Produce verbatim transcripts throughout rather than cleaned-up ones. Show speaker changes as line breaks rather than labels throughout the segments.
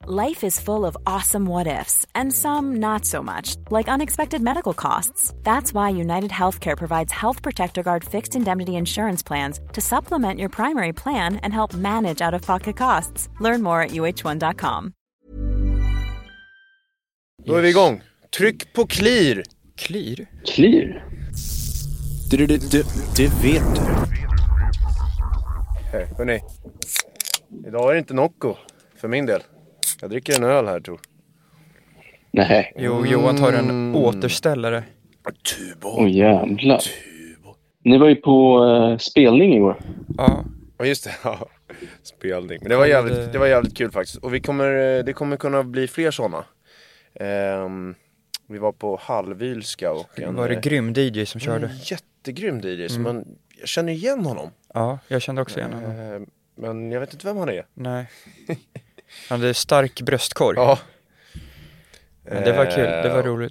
Life is full of awesome what-ifs, and some not so much, like unexpected medical costs. That's why United Healthcare provides Health Protector Guard fixed indemnity insurance plans to supplement your primary plan and help manage out-of-pocket costs. Learn more at u h one dot com.
Då är vi igång. Tryck på clear.
Clear?
Clear?
Det, det, det, det vet du.
Hej, hörni. Idag är det inte Nocco, för min del. Jag dricker en öl här, tror.
Nej.
Jo, Johan tar en mm. återställare.
Tubo.
Åh, jävlar. Tubo. Ni var ju på uh, spelning igår.
Ja.
Ja, just det. Ja. Spelning. Men det var jävligt, det var jävligt kul faktiskt. Och vi kommer, det kommer kunna bli fler sådana. Um, vi var på Halvylska och en...
Var det grym D J som körde?
En jättegrym D J. Mm. Man, jag känner igen honom.
Ja, jag kände också igen honom.
Uh, men jag vet inte vem han är.
Nej. Han hade stark bröstkorg.
Ja.
Men det var kul, det var roligt.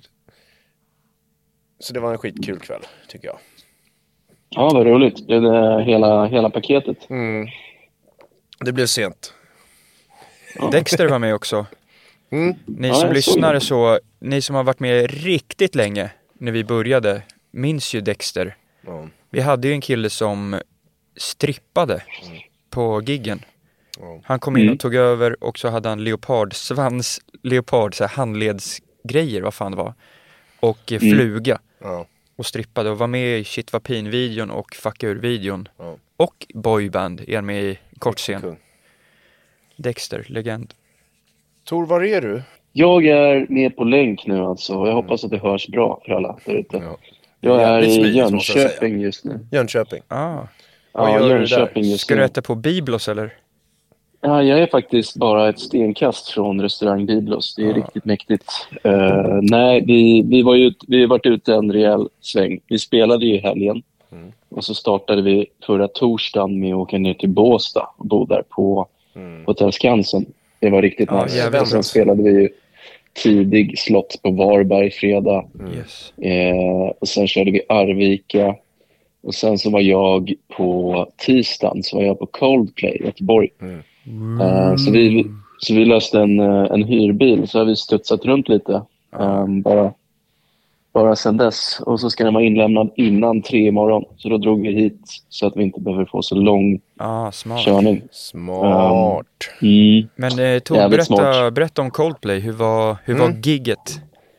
Så det var en skitkul kväll, tycker jag.
Ja, vad roligt. Det är hela, hela paketet.
Mm. Det blev sent.
Ja. Dexter var med också.
Mm.
Ni
ja,
som lyssnar
så,
så, ni som har varit med riktigt länge när vi började, minns ju Dexter.
Mm.
Vi hade ju en kille som strippade
mm.
på giggen.
Mm.
Han kom in och tog över och så hade han leopardsvans, leopard, så här handledsgrejer, vad fan det var. Och mm. fluga.
Mm.
Och strippade och var med i Shit vad pin-videon och Fucka ur-videon.
Mm.
Och Boyband är med i kortscen.
Cool.
Dexter, legend.
Tor, var är du?
Jag är med på länk nu alltså. Jag mm. hoppas att det hörs bra för alla där ute. Ja. Jag är i smidigt, Jönköping just nu.
Jönköping?
Ah.
Ja, Jönköping just
Ska
nu.
du äta på Biblos eller?
Ja, jag är faktiskt bara ett stenkast från restaurang Biblos. Det är ah. riktigt mäktigt. Uh, nej, vi, vi var ju vi har varit ute en rejäl sväng. Vi spelade ju i helgen. Mm. Och så startade vi förra torsdagen med att åka ner till Båstad och bo där på mm. Hotell Skansen. Det var riktigt
ah,
nice. Och sen spelade vi ju tidig slott på Varberg fredag.
Mm. Yes.
Uh, och sen körde vi Arvika. Och sen så var jag på tisdagen så var jag på Coldplay i Göteborg. Mm. Uh, så, vi, så vi löste en, en hyrbil. Så har vi studsat runt lite um, bara, bara sen dess. Och så ska den vara inlämnad innan tre imorgon. Så då drog vi hit så att vi inte behöver få så lång
ah, smart.
körning.
Smart.
um, mm.
Men eh, Tor, berätta, berätta om Coldplay. Hur var, hur mm. var gigget?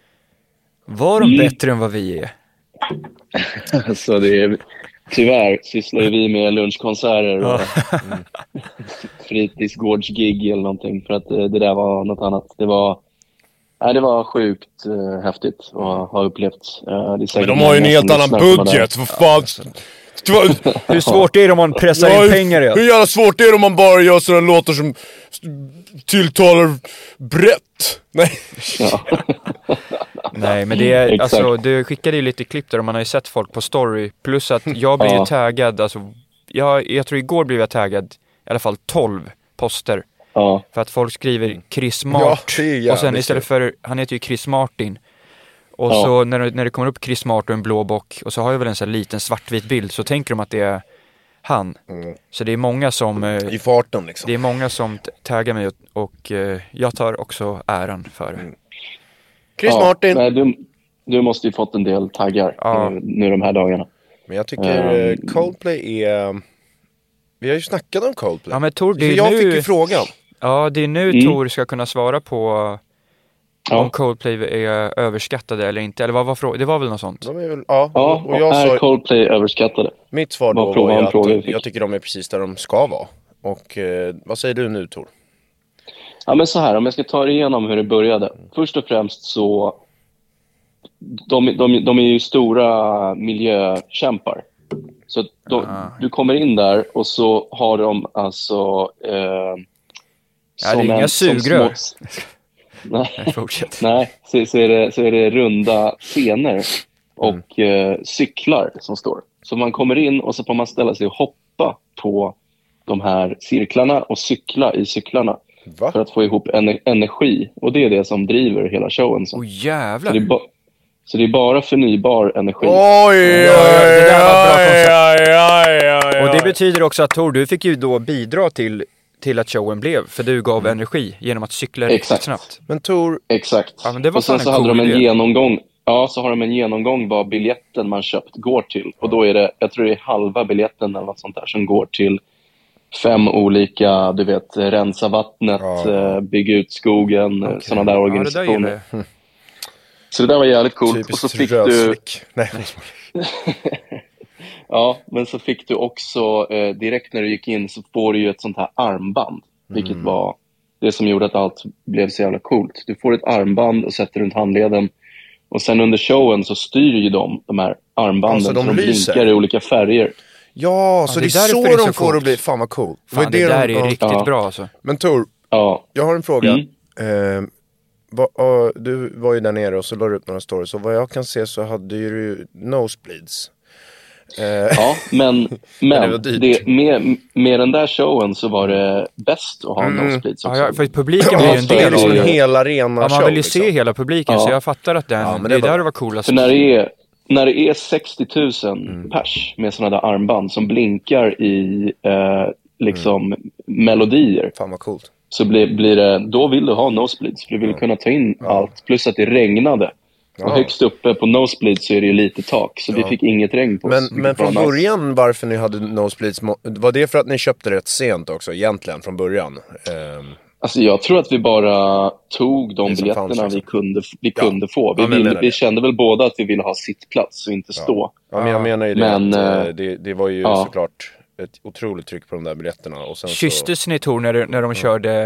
Var de mm. bättre än vad vi är?
Så det är... Tyvärr sysslar vi med lunchkonserter och mm. fritidsgårdsgig eller någonting, för att det där var något annat. Det var, nej, det var sjukt uh, häftigt att ha upplevt. Uh, det
Men de har ju en helt annan budget. Vad fan?
Hur svårt är det om man pressar ja, in pengar? Ja?
Hur jävla svårt är det om man bara gör sådana låtar som tilltalar brett? Nej.
Ja.
Nej, men det är, alltså, du skickade ju lite klipp där och man har ju sett folk på story. Plus att jag blev ja. ju taggad, alltså, jag, jag tror igår blev jag taggad i alla fall tolv poster.
Ja.
För att folk skriver Chris Mart. Ja, och sen istället för, han heter ju Chris Martin. Och ja. så när, när det kommer upp Chris Mart och en blå bock, och så har jag väl en sån här liten svartvit bild, så tänker de att det är han. Mm. Så det är många som
i farten liksom.
Det är många som taggar mig och, och uh, jag tar också äran för det. Mm.
Chris
ja,
Martin.
Nej, du, du måste ju fått en del taggar ja. nu, nu de här dagarna.
Men jag tycker um, Coldplay är... Vi har ju snackat om Coldplay.
Ja, men Tor, det är
jag
nu...
fick ju frågan.
Ja, det är nu mm. Tor ska kunna svara på
ja.
om Coldplay är överskattade eller inte. Eller vad var frågan? Det var väl något sånt?
De är väl, ja,
ja, och jag är sa... Coldplay överskattade?
Mitt svar då var ju att fråga, jag tycker de är precis där de ska vara. Och eh, vad säger du nu, Tor?
Ja, men så här, om jag ska ta igenom hur det började. Först och främst så de, de, de är ju stora miljökämpar. Så de, ah. du kommer in där och så har de alltså eh,
ja, det är inga sugrör.
Små... Nej, Nej så, så, är det, så är det runda scener och mm. eh, cyklar som står. Så man kommer in och så får man ställa sig och hoppa på de här cirklarna och cykla i cyklarna. Va? För att få ihop en- energi. Och det är det som driver hela showen.
Åh oh, jävlar.
Så det, ba- så det är bara förnybar energi.
Oj, oj, oj, oj, oj, oj.
Och det betyder också att Tor, du fick ju då bidra till, till att showen blev. För du gav mm. energi genom att cykla riktigt snabbt.
Men Tor...
Exakt.
Ja, men det var
och sen så hade de en idé. genomgång. Ja, så har de en genomgång vad biljetten man köpt går till. Och då är det, jag tror det är halva biljetten eller något sånt där som går till fem olika, du vet, rensa vattnet, ja. bygga ut skogen, okay. sådana där organisationer. Ja, det där så det där var jävligt coolt.
Typiskt
och så fick
röslik.
du... Nej. Ja, men så fick du också, eh, direkt när du gick in så får du ju ett sånt här armband. Vilket mm. var det som gjorde att allt blev så jävla coolt. Du får ett armband och sätter runt handleden. Och sen under showen så styr ju de, de här armbanden, alltså, de så de blinkar i olika färger.
Ja, så ja, det, det är så, det är så de får coolt. Att bli, fan vad cool.
Fan, det, det där de, är ja. riktigt ja. bra alltså.
Men Tor, ja. jag har en fråga. Mm. Eh, va, uh, du var ju där nere och så la du upp några stories. Och vad jag kan se så hade ju du nosebleeds.
Eh. Ja, men, men det det, med, med den där showen så var det bäst att ha mm. nosebleeds också.
Ja, för publiken blir ju en del
av en hela arena
ja,
show.
Man vill ju liksom. se hela publiken, ja. så jag fattar att den, ja, men det, det var, där det var coolast.
För när det är, när det är sextio tusen mm. pers med sådana där armband som blinkar i eh, liksom mm. melodier.
Fan vad coolt.
Så blir, blir det, då vill du ha nosebleeds, för du vill ja. kunna ta in ja. allt. Plus att det regnade. Ja. Och högst uppe på nosebleed så är det ju lite tak. Så ja. vi fick inget regn på
men,
oss.
Men från början nice. Varför ni hade nosebleeds, var det för att ni köpte rätt sent också egentligen från början? Um...
Alltså jag tror att vi bara tog de biljetterna fanns, vi kunde, vi ja. kunde få. Vi, ja, ville, vi kände väl båda att vi ville ha sittplats och inte
ja.
stå.
Ja, men jag menar ju det. Men, att, det, det var ju ja. såklart ett otroligt tryck på de där biljetterna. Och sen
kysstes
så...
ni Tor när, när de ja. körde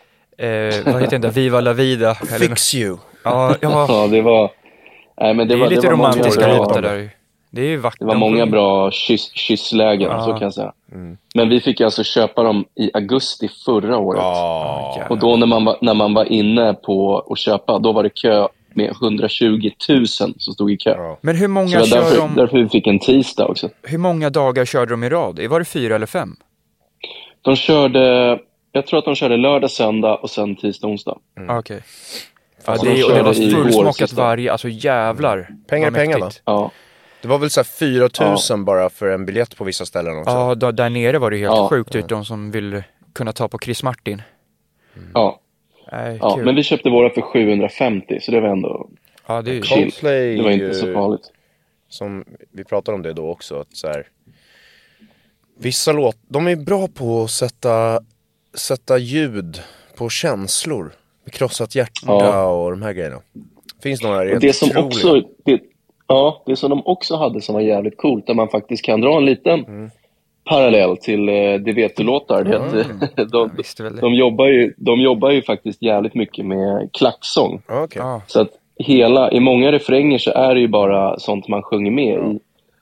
eh, vad heter det? Viva la vida?
Fix you.
Ja, ja.
ja, det var... Nej, men det, det är var,
lite
det var
romantiska
bra,
låtar där. Det är ju vackert.
Det var många bra kyss, kysslägen, ja. så kan jag säga. Mm. Men vi fick alltså köpa dem i augusti förra året.
Oh,
och då när man, var, när man var inne på att köpa, då var det kö med hundratjugo tusen som stod i kö. Oh.
Men hur många
så
kör
därför,
de...
därför vi fick en tisdag också.
Hur många dagar körde de i rad? Var det fyra eller fem?
De körde... Jag tror att de körde lördag, söndag och sen tisdag, onsdag.
Mm. Okej. Okay. Ja, det, är, och det var fullsmakat varje, alltså jävlar.
Pengar pengar va?
Ja.
Det var väl så här fyra tusen ja. bara för en biljett på vissa ställen också.
Ja, då, där nere var det helt ja. sjukt ut, de som vill kunna ta på Chris Martin.
Mm. Ja. Nej, ja, men vi köpte våra för sjuhundrafemtio, så det var ändå
ja, det är
chill. Coldplay, det var inte så farligt.
Som vi pratade om det då också, att så här, vissa låt, de är bra på att sätta, sätta ljud på känslor. Krossat hjärta ja. och de här grejerna. Finns några rent
det som också det, ja, det som de också hade som var jävligt coolt, där man faktiskt kan dra en liten mm. parallell till eh, Det vet du låtar. Det mm. att, de, de, de, jobbar ju, de jobbar ju faktiskt jävligt mycket med klacksång.
Okay. Ah.
Så att hela, i många refränger så är det ju bara sånt man sjunger med mm. i.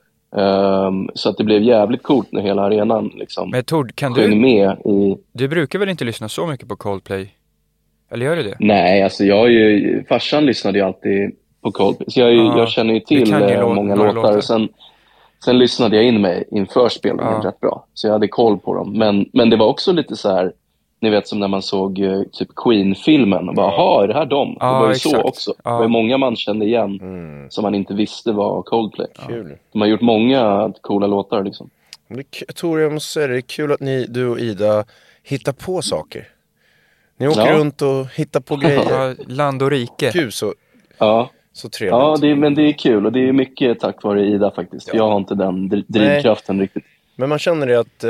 Um, så att det blev jävligt coolt när hela arenan liksom
Men Tord, kan
sjöng
du,
med i...
Du brukar väl inte lyssna så mycket på Coldplay? Eller gör du det?
Nej, alltså jag är ju, farsan lyssnade ju alltid på Coldplay. Så jag, är, ah, jag känner ju till ju lå- många låtar. låtar. Och sen, sen lyssnade jag in mig inför spelningen ah. rätt bra. Så jag hade koll på dem. Men, men det var också lite så här, ni vet som när man såg typ Queen-filmen. Och bara, jaha, är det här dem? Ah, det var ju exakt. så också. Ah. Det var många man kände igen mm. som man inte visste var Coldplay.
Kul.
De har gjort många coola låtar liksom.
Tor, jag måste säga det, det är kul att ni, du och Ida hittar på saker. Ni åker ja. runt och hittar på grejer.
Land och rike.
Gud, så,
ja.
så trevligt.
Ja, det, men det är kul. Och det är mycket tack vare Ida faktiskt. Ja. Jag har inte den drivkraften Nej. riktigt.
Men man känner det att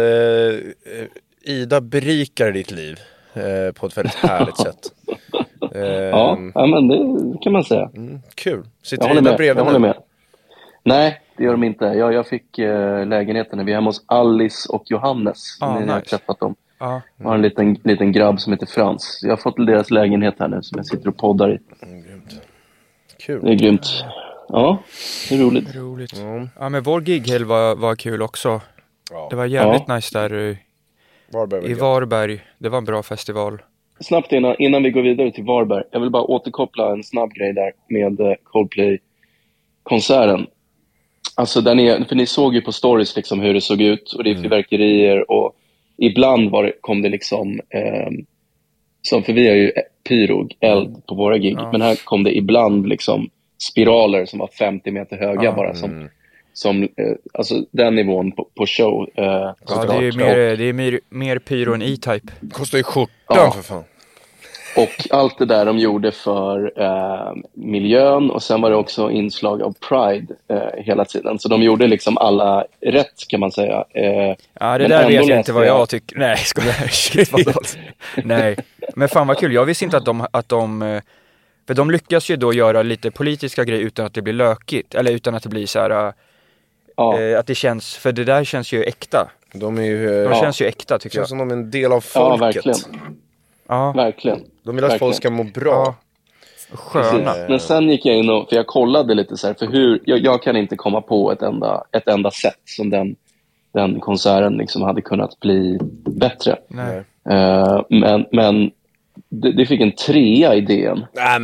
eh, Ida berikar ditt liv eh, på ett väldigt härligt sätt.
Eh, ja, ja, men det kan man säga.
Mm, kul. Sitter Ida bredvid?
Jag håller med. Nej, det gör de inte. Jag, jag fick eh, lägenheten när vi är hemma hos Alice och Johannes.
Ah,
när
nice.
jag har träffat dem.
Ah.
Jag har en liten, liten grabb som heter Frans. Jag har fått deras lägenhet här nu som jag sitter och poddar i.
Mm, grymt. Kul.
Det är grymt. Ja, det är roligt.
roligt. Mm. Ja, men vår gighelg var, var kul också. Ja. Det var jävligt ja. nice där i Varberg. I Varberg. Det var en bra festival.
Snabbt innan, innan vi går vidare till Varberg. Jag vill bara återkoppla en snabb grej där med Coldplay-konserten. Alltså där ni, för ni såg ju på stories liksom hur det såg ut. Och det är fyrverkerier och ibland var det, kom det liksom eh, som, för vi har ju pyrog, eld på våra gig. Ja. Men här kom det ibland liksom spiraler som var femtio meter höga ja. bara som som, eh, alltså den nivån på, på show. Eh,
ja, det är, mer, det är mer, mer pyro än E-Type.
Kostar ju skjortan
ja.
för fan.
Och allt det där de gjorde för eh, miljön, och sen var det också inslag av Pride eh, hela tiden. Så de gjorde liksom alla rätt, kan man säga. Eh,
ja, det där vet jag inte vad jag, jag tycker. Nej, skojar. Shit, vad dåligt. Nej, men fan vad kul. Jag visste inte att de, att de... För de lyckas ju då göra lite politiska grejer utan att det blir lökigt. Eller utan att det blir så här... Ja. Eh, att det känns... För det där känns ju äkta.
De är ju...
De ja. känns ju äkta, tycker jag.
Det känns som de är en del av folket.
Ja, verkligen.
Ja.
Verkligen.
De vill att
verkligen.
folk ska må bra.
Ja. Sköna.
Men sen gick jag in och... För jag kollade lite så här, för hur... Jag, jag kan inte komma på ett enda, ett enda sätt som den, den konserten liksom hade kunnat bli bättre.
Nej.
Uh, men... men Det, det fick en trea i D N.
Nej!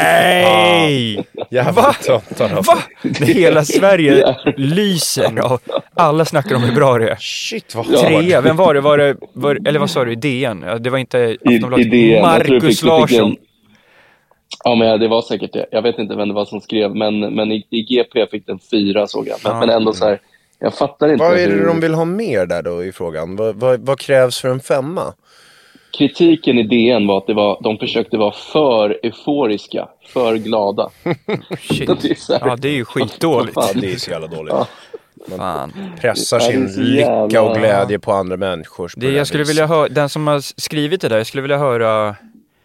Nej!
Ja,
Va? Va? Hela Sverige lyser och alla snackar om hur bra det är.
Shit, vad
trea, vem var det? Var det var, eller vad sa du? D N? Det var inte
Aftonbladet. I, i
Marcus Larsson.
En... Ja, men det var säkert det. Jag vet inte vem det var som skrev, men, men i, i G P fick den fyra, såg jag. Men, ja. men ändå så här, jag fattar inte.
Vad är det
hur...
de vill ha mer där då i frågan? Vad, vad, vad krävs för en femma?
Kritiken i D N var att det var, de försökte vara för euforiska, för glada.
Shit. Det är här, ja, det är ju skitdåligt.
Ja, det är så jävla dåligt.
Ja.
Man
Fan.
pressar sin jävla... lycka och glädje på andra människor.
Det, jag skulle vilja höra, den som har skrivit det där, jag skulle vilja höra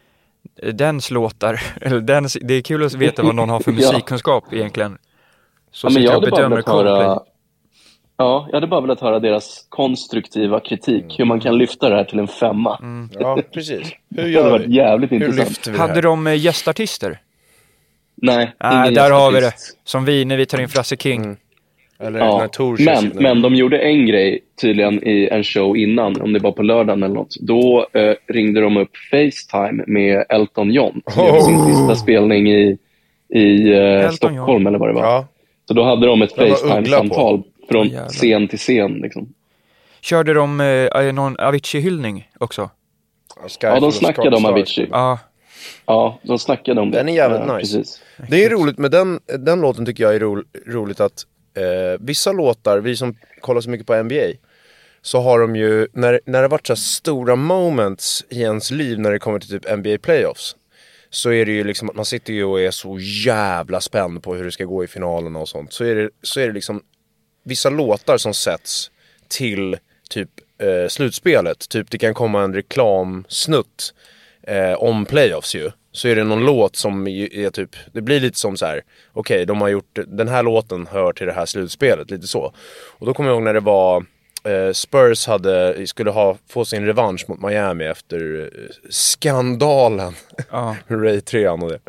dens låtar. Eller dens, det är kul att veta vad någon har för musikkunskap ja. egentligen. Så
ja, men jag hade bara
velat
höra... Ja, jag hade bara velat höra deras konstruktiva kritik. Mm. Hur man kan lyfta det här till en femma.
Mm. Ja, precis. Hur
gör det? Det var jävligt
Hur
intressant.
Vi
hade de äh, gästartister?
Nej,
Nej där har vi det. Som vi när vi tar in Frasse King. Mm.
Eller
ja. men, men de gjorde en grej tydligen i en show innan, om det var på lördagen eller något. Då eh, ringde de upp FaceTime med Elton John. Som oh. sin sista spelning i, i eh, Stockholm John. Eller vad det var. Ja. Så då hade de ett FaceTime-samtal från oh, scen till scen liksom.
Körde de eh, någon Avicii-hyllning också?
Ja, de snackade om Avicii.
Ja.
Ja, de snackade om det.
Den är jävligt
ja,
nice.
Precis.
Det är roligt med den, den låten tycker jag är ro, roligt att eh, vissa låtar, vi som kollar så mycket på N B A, så har de ju, när, när det har varit så stora moments i ens liv när det kommer till typ N B A playoffs, så är det ju liksom att man sitter ju och är så jävla spänd på hur det ska gå i finalen och sånt. Så är det, så är det liksom vissa låtar som sätts till typ eh, slutspelet. Typ det kan komma en reklamsnutt eh, om playoffs ju. Så är det någon låt som är, är typ, det blir lite som så här: okej, okay, de har gjort, den här låten hör till det här slutspelet, lite så. Och då kommer jag ihåg när det var eh, Spurs hade, skulle ha, få sin revansch mot Miami efter eh, skandalen
ah.
Ray trean och det.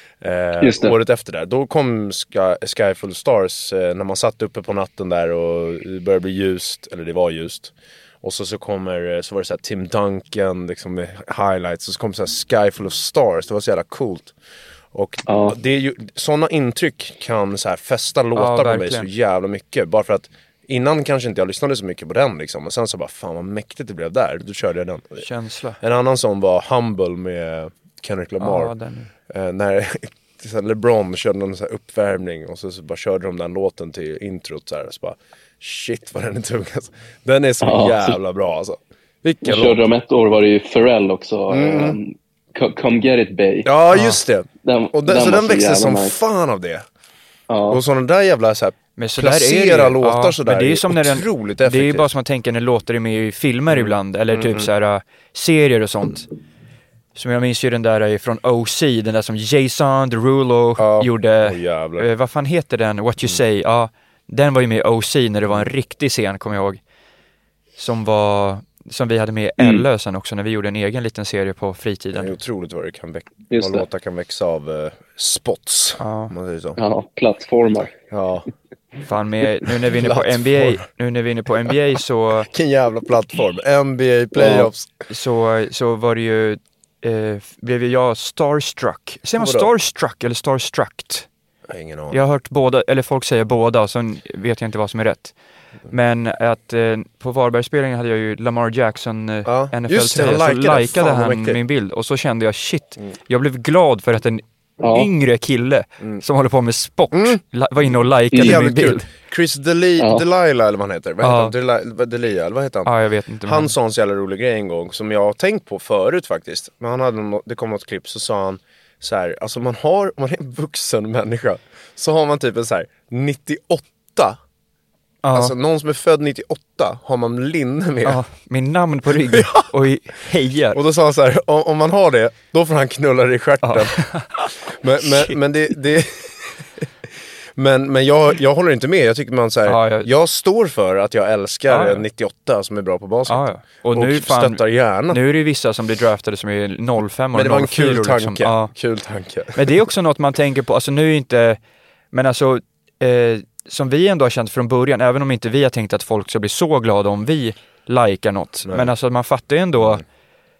Eh, året efter där, då kom Sky, Sky Full Stars eh, när man satt uppe på natten där och det började bli ljust, eller det var ljust. Och så, så kommer, så var det så här Tim Duncan liksom med highlights, och så kom så här Sky Full of Stars, det var så jävla coolt. Och ja. det är ju, sådana intryck kan så här fästa låtar ja, på mig så jävla mycket, bara för att innan kanske inte jag lyssnade så mycket på den liksom, och sen så bara, fan vad mäktigt det blev där, då körde jag den.
Känsla.
En annan som var Humble med Kendrick Lamar.
Ja, den.
Eh, när LeBron körde någon så här uppvärmning och så, så bara körde de den låten till introt så här, så bara shit vad den är tung alltså. Den är så ja, jävla bra alltså. Vilken
låt. Körde de ett år var det ju Pharrell också. Mm. Um, Come Get It Babe.
Ja just det.
Den,
och den,
den
så den växte som
nice.
fan av det.
Ja.
Och sådana där jävla så här,
men så
placera
där är det,
låtar
ja,
sådär.
Men det är som när den,
otroligt effektivt.
det är bara som man tänker när låter är med i filmer mm. ibland, eller typ mm. så här uh, serier och sånt. Som jag minns ju den där från O C, den där som Jason Derulo ja. gjorde.
Oh,
eh, vad fan heter den? What You Say? Ja, den var ju med i O C när det var en riktig scen, kommer jag ihåg. Som var, som vi hade med i L Ö sen också, när vi gjorde en egen liten serie på fritiden.
Det är otroligt vad det kan växa, vad låtar kan växa av uh, spots.
Ja.
Om man säger så.
Ja, plattformar.
Ja.
Fan, med, nu när vi är inne på N B A, nu när vi är inne på N B A så...
Vilken jävla plattform. N B A playoffs.
Ja, så, så var det ju... Eh, blev jag starstruck. Säger man starstruck eller starstruckt?
Jag har ingen aning.
Jag har hört båda, eller folk säger båda, och sen vet jag inte vad som är rätt. Men att eh, på Varbergsspelningen hade jag ju Lamar Jackson eh,
ja,
N F L-tröja, så likade han min bild. Och så kände jag, shit, mm. jag blev glad för att en ja. yngre kille mm. som håller på med sport. Mm. La- var inne och likade mm. min bild. Kul.
Chris Deli- ja. Delilah eller vad han heter. Vad
ja.
heter han? Deli- Delia, eller vad heter han?
Ja, jag vet inte.
Han sa en så jävla rolig grej en gång som jag har tänkt på förut faktiskt. Men han hade no- det kom något klipp så sa han så här, alltså man har, om man är en vuxen människa så har man typ en så här nittioåtta. Ja. Alltså någon som är född nittioåtta har man linne med.
Ja, min namn på ryggen och hejar.
Och då sa han så här, om, om man har det, då får han knulla dig i stjärten. Ja. men men, men det... det Men, men jag, jag håller inte med. Jag tycker man så här, ja, jag... jag står för att jag älskar ja, ja. en nittioåtta som är bra på basket. Ja, ja. Och, och nu fan, stöttar gärna.
Nu är det vissa som blir draftade som är noll fem och
men det var en kul tanke.
Liksom. Ja.
Kul tanke.
Men det är också något man tänker på. Alltså nu är inte... Men alltså... Eh, som vi ändå har känt från början, även om inte vi har tänkt att folk ska bli så glada om vi likar något. Nej. Men alltså man fattar ju ändå... Nej.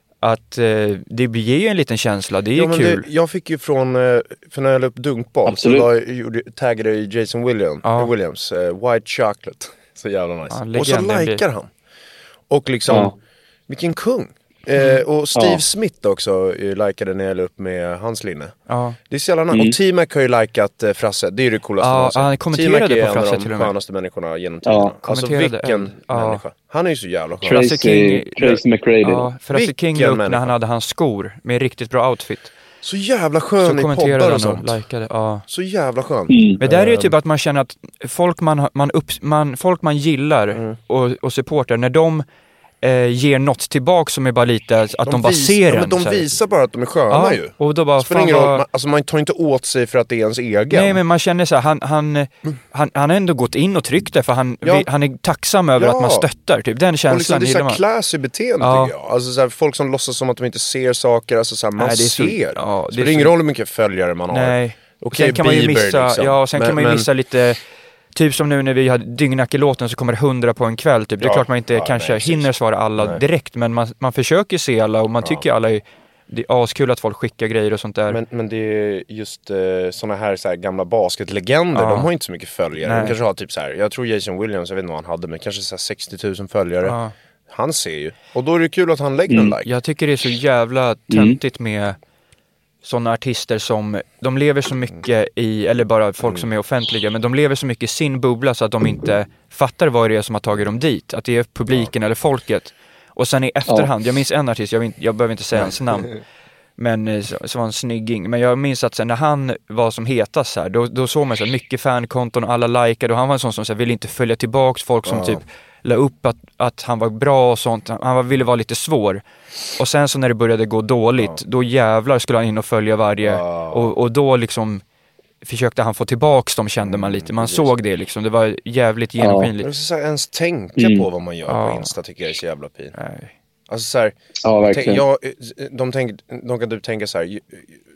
Att eh, det ger ju en liten känsla, det är ja, ju kul. Det,
jag fick ju från, eh, för när jag la upp dunkboll så var, jag taggade i Jason Williams, ja. eh, Williams eh, White Chocolate. Så jävla nice. Ja, och så likar han. Och liksom, ja. vilken kung. Eh, och Steve ja. Smith också eh, likade när jag la upp med hans linne. Ja. Det är så jävla nice. Mm. Och T-Mac har ju likat eh, Frasse, det är det coolaste.
Ja, ja, han kommenterade
T-Mac
på Frasse
till och med. T-Mac är en av de skönaste människorna genom tiden. Ja.
Alltså
vilken ja. människa. Han är ju så jävla skön.
Tracy, King, Tracy McGrady.
Ja, Frasse King la upp när han hade hans skor med riktigt bra outfit.
Så jävla skön i poddar och sånt.
Likade, ja.
Så jävla skön.
Mm. Men där är det typ att man känner att folk man, man, upp, man, folk man gillar mm. och, och supportar, när de eh, ger något tillbaka som är bara lite att de, de bara vis, ser
ja, men de
så
visar bara att de är sköna ja, ju.
Och då bara, fan
vad...
vad...
man, alltså man tar inte åt sig för att det är ens egen.
Nej, men man känner så här, han, han, mm. han, han har ändå gått in och tryckt det för han, ja. vi, han är tacksam över ja. att man stöttar, typ den känslan.
Och liksom, det är så här classy beteende ja. tycker jag. Alltså så här, folk som låtsas som att de inte ser saker, alltså så här, man Nej, det är så, ser. Ja, det, det är ingen så... roll hur mycket följare man har.
Nej.
Okej,
sen kan man ju missa, liksom. Ja, sen men, kan man ju missa men... lite... Typ som nu när vi hade Dyngnacke-låten så kommer det hundra på en kväll. Typ. Det är ja, klart man inte ja, kanske nej, hinner svara alla nej. direkt. Men man, man försöker se alla och man ja. tycker alla är... Det är askul att folk skickar grejer och sånt där.
Men, men det är just uh, såna här, så här gamla basketlegender. Ja. De har inte så mycket följare. Nej. De kanske har typ så här... Jag tror Jason Williams, jag vet inte vad han hade, men kanske så här sextio tusen följare. Ja. Han ser ju. Och då är det kul att han lägger mm. en like.
Jag tycker det är så jävla töntigt mm. med... sådana artister som, de lever så mycket i, eller bara folk som är offentliga, men de lever så mycket i sin bubbla så att de inte fattar vad det är som har tagit dem dit. Att det är publiken ja. eller folket. Och sen i efterhand, ja. jag minns en artist, jag, inte, jag behöver inte säga hans namn, men så, så var en snygging. Men jag minns att sen när han var som hetast här, då, då såg man så här, mycket fankonton och alla likade, och han var en sån som så här, ville inte följa tillbaks folk som ja. typ la upp att, att han var bra och sånt. Han ville vara lite svår. Och sen så när det började gå dåligt, ja. då jävlar skulle han in och följa varje. Ja. Och, och då liksom försökte han få tillbaks dem, kände man lite. Man mm, såg det liksom. Det var jävligt genomskinligt.
Ja. Så här, ens tänka mm. på vad man gör ja. på Insta tycker jag är så jävla pin. Nej. Alltså så här,
ja,
tänk, jag, de, tänk, de kan typ tänka så här,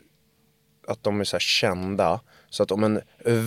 att de är så här kända. Så att om en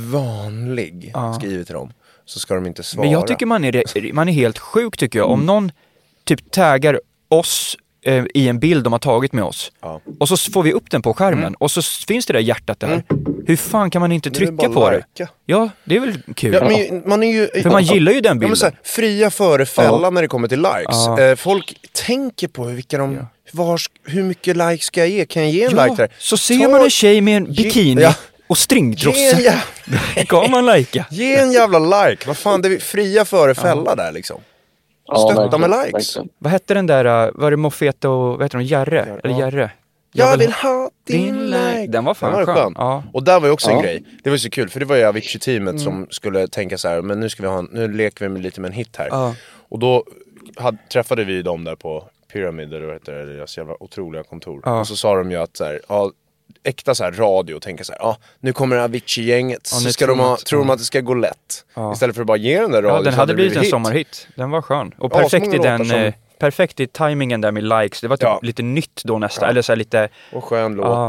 vanlig ja. skriver till dem, så ska de inte svara.
Men jag tycker man är, man är helt sjuk tycker jag. Mm. Om någon typ taggar oss eh, i en bild de har tagit med oss. Ja. Och så får vi upp den på skärmen. Mm. Och så finns det där hjärtat där. Mm. Hur fan kan man inte trycka på det? Lika. Ja, det är väl kul. Ja, men man är ju, för man gillar ju den bilden. Ja, så här,
fria före fälla ja. när det kommer till likes. Ja. Eh, folk tänker på vilka de... Ja. Var, hur mycket likes ska jag ge? Kan jag ge en ja, like där?
Så ser Ta... man en tjej med en bikini... Ja. Och stringtrossa. Jävla... Kan man lajka?
Ge en jävla like. Vad fan, det är fria före fälla ja. där liksom. Stötta ja, med likes. Verkligen.
Vad hette den där, var det Moffett och, vad heter de, Järre? Ja. Eller Järre?
Jag, jag vill ha din like.
Den var fan den var skön. skön. Ja.
Och där var ju också ja. en grej. Det var så kul, för det var ju Avicii-teamet mm. som skulle tänka så här, men nu ska vi ha en, nu leker vi med lite med en hit här. Ja. Och då hade, träffade vi dem där på Pyramid, eller vad heter det, deras jävla otroliga kontor. Ja. Och så sa de ju att så här, ja, äkta så här radio och tänka så här, ja, nu kommer Avicii-gänget, ja, så ska de ha, tror de att det ska gå lätt. Ja. Istället för att bara ge den där radion.
Ja, den hade blivit en hit. sommarhit. Den var skön. Och ja, perfekt i den, som... perfekt i timingen där med likes. Det var typ ja. lite nytt då nästan. Ja. Eller så här lite...
Och skön låt.
Ja.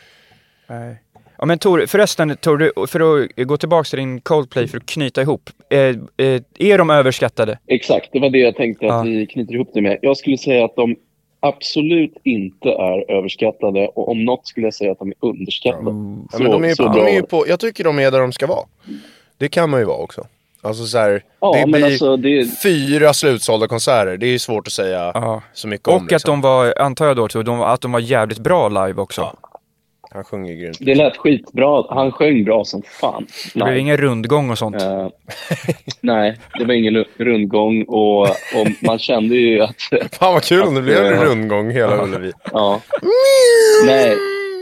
Nej. Ja, men Tor, förresten, Tor, för att gå tillbaka till din Coldplay för att knyta ihop. Eh, eh, är de överskattade?
Exakt, det var det jag tänkte att ja. vi knyter ihop det med. Jag skulle säga att de absolut inte är överskattade, och om något skulle jag säga att de är underskattade. Mm.
Så, ja, men de är, så de är ju på, jag tycker de är där de ska vara. Det kan man ju vara också. Alltså så här, ja, det blir alltså, det... fyra slutsålda konserter. Det är ju svårt att säga ja. så mycket
och
om.
Och liksom. Att de var, antar jag då, de, att de var jävligt bra live också. Ja.
Han sjunger grymt.
Det lät skitbra. Han sjöng bra som fan.
Det blev ingen rundgång och sånt.
Uh, nej, det var ingen rundgång. Och, och man kände ju att...
Fan vad kul
att,
om det blev en uh, rundgång hela Ullevi.
Ja. Nej.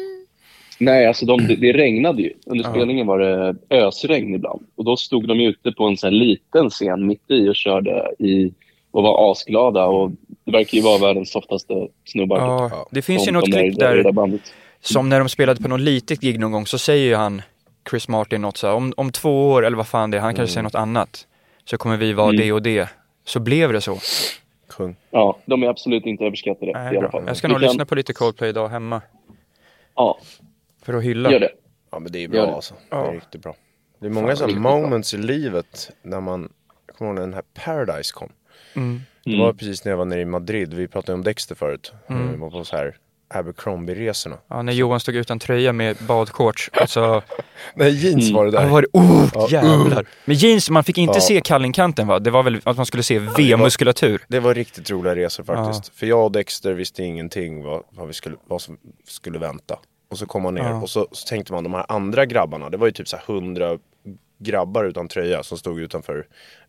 Nej, alltså de, det, det regnade ju. Under spelningen var det ösregn ibland. Och då stod de ute på en sån här liten scen mitt i och körde i... Och var asglada. Och det verkar ju vara världens softaste snubbar.
Ja, det finns ju något klipp där... där som när de spelade på något litet gig någon gång så säger ju han, Chris Martin, något så här, om, om två år eller vad fan det är, han kanske mm. säger något annat, så kommer vi vara mm. det och det. Så blev det så.
Kung.
Ja, de är absolut inte överskattade.
Nej,
i alla fall.
Jag ska nog kan... lyssna på lite Coldplay idag hemma.
Ja.
För att hylla.
Gör det.
Ja, men det är bra det. Alltså. Det är ja. riktigt bra. Det är många sådana moments bra. i livet när man, jag kommer ihåg när den här Paradise kom.
Mm.
Det var precis när jag var nere i Madrid. Vi pratade om Dexter förut.
Mm.
Vi var på så här Abercrombie-resorna.
Ja, när Johan stod utan tröja med badshorts. Alltså...
Nej, jeans var det där.
Ja, var det... Oh, ja, jävlar. Uh. Men jeans, man fick inte ja. se kallingkanten, va? Det var väl att man skulle se V-muskulatur.
Det, det var riktigt roliga resor faktiskt. Ja. För jag och Dexter visste ingenting vad, vad, vi skulle, vad som skulle vänta. Och så kom man ner ja. och så, så tänkte man de här andra grabbarna. Det var ju typ så här hundra grabbar utan tröja som stod utanför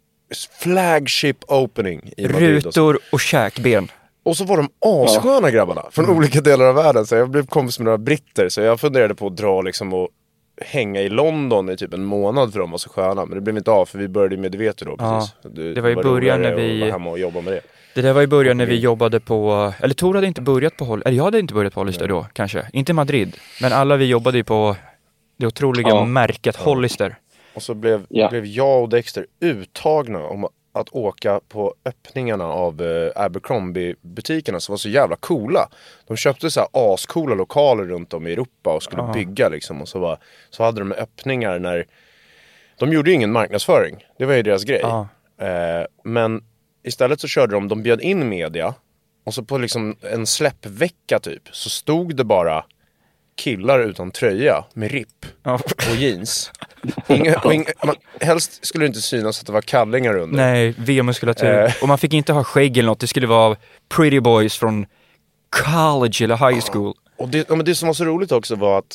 flagship opening i Madrid.
Rutor och, och käkben.
Och så var de assköna ja. grabbarna från mm. olika delar av världen. Så jag blev kompis med några britter. Så jag funderade på att dra liksom och hänga i London i typ en månad för de var så sköna. Men det blev inte av för vi började med det vet du då. Precis.
Ja.
Du,
det var i början när vi...
var hemma och jobbade med det.
Det där var i början när vi jobbade på... Eller Tor hade inte börjat på Hollister. Eller jag hade inte börjat på Hollister då, kanske. Inte Madrid. Men alla vi jobbade ju på det otroliga ja. märket ja. Hollister.
Och så blev, ja. blev jag och Dexter uttagna om att åka på öppningarna av eh, Abercrombie-butikerna som var så jävla coola. De köpte så här ascoola lokaler runt om i Europa och skulle ja. bygga liksom. Och så, var, så hade de öppningar när... De gjorde ju ingen marknadsföring. Det var ju deras grej. Ja. Eh, men istället så körde de, de bjöd in media. Och så på liksom en släppvecka typ så stod det bara killar utan tröja med ripp ja. och jeans. Inga, och inga, man, helst skulle det inte synas att det var kallingar under.
Nej, V-muskulatur. Eh. Och man fick inte ha skägg eller något. Det skulle vara pretty boys från college eller high school.
Och det, men det som var så roligt också var att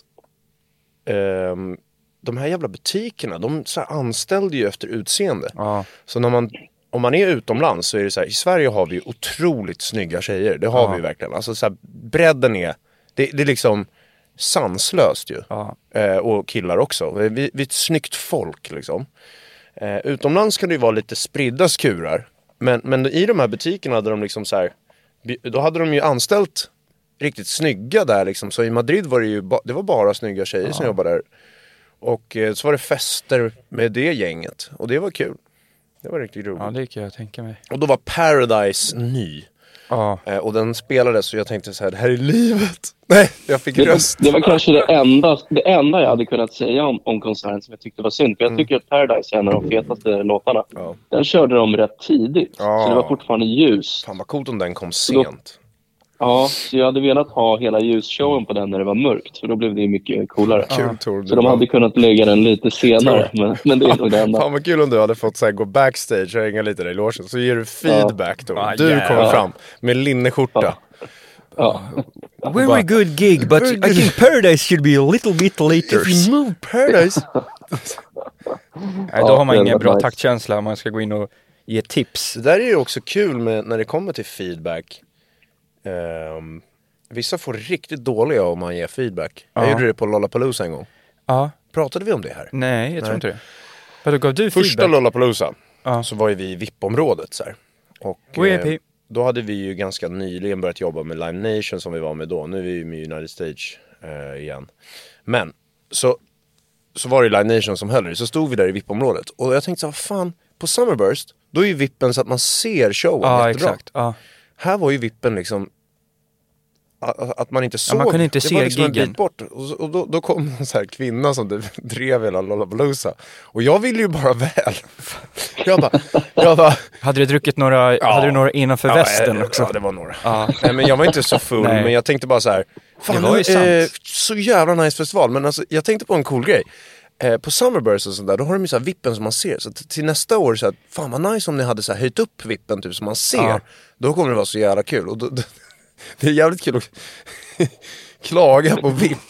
um, de här jävla butikerna, de så här anställde ju efter utseende.
Ja.
Så när man, om man är utomlands så är det så här, i Sverige har vi otroligt snygga tjejer. Det har ja. vi verkligen. Alltså så här, bredden är, det, det är liksom sanslöst ju.
Ja.
Eh, och killar också. Vi, vi är ett snyggt folk liksom. Eh, utomlands kan det ju vara lite spridda skurar. Men, men i de här butikerna hade de liksom så här, då hade de ju anställt riktigt snygga där liksom. Så i Madrid var det ju ba, det var bara snygga tjejer ja. som jobbade där. Och eh, så var det fester med det gänget. Och det var kul. Det var riktigt roligt.
Ja, det kan jag tänka mig.
Och då var Paradise ny.
Ja.
Eh, och den spelades så jag tänkte så här, det här är livet. Nej, jag fick
det,
röst.
Det var kanske det enda, det enda jag hade kunnat säga om, om konserten som jag tyckte var synd. För jag tycker mm. att Paradise är en av de fetaste låtarna.
Ja.
Den körde de rätt tidigt. Ja. Så det var fortfarande ljus.
Fan vad coolt om den kom sent.
Ja, så jag hade velat ha hela ljusshowen på den när det var mörkt. För då blev det mycket coolare.
Ja. Kul, Tor,
så de hade kunnat lägga den lite senare. Men, men det är nog det enda.
Fan vad kul om du hade fått så här, gå backstage och hänga lite där i logen. Så ger du feedback då. Ah, du yeah. kommer fram med linneskjorta.
Ja.
Ja. Very good gig, but I think Paradise should be a little bit later.
If you move Paradise.
Nej, då har man ingen bra nice. taktkänsla om man ska gå in och ge tips.
Det där är ju också kul med, när det kommer till feedback. Um, vissa får riktigt dåliga om man ger feedback. Jag ja. gjorde det på Lollapalooza en gång.
Ja.
Pratade vi om det här?
Nej, jag tror Nej. inte det. Vad gav du
Första
feedback?
Lollapalooza
ja.
så var ju vi i V I P-området så här. Och eh, då hade vi ju ganska nyligen börjat jobba med Live Nation som vi var med då. Nu är vi ju med United Stage eh, igen. Men så, så var det Live Nation som höll det. Så stod vi där i V I P-området. Och jag tänkte så här, fan, på Summerburst då är ju V I P-en så att man ser showen
ja,
jättebra.
Exakt. Ja.
Här var ju V I P-en liksom att man inte såg.
Ja, man kunde inte
det
se
var liksom
giggen.
En bit bort. Och, och då, då kom en så här kvinna som drev hela Lollapalooza. Och jag ville ju bara väl. Jag bara, jag bara
hade du druckit några, ja, hade du några innanför
ja,
västen
ja,
också?
Ja, det var några.
Ja.
Nej, men jag var inte så full. Men jag tänkte bara så här, fan, det var ju sant. Eh, så jävla nice festival. Men alltså, jag tänkte på en cool grej. Eh, på Summerburst och sånt där, då har de ju så här vippen som man ser. Så t- till nästa år så här, fan vad nice om ni hade så här höjt upp vippen typ som man ser. Ja. Då kommer det vara så jävla kul. Och då, då, det är jävligt kul att klaga på V I P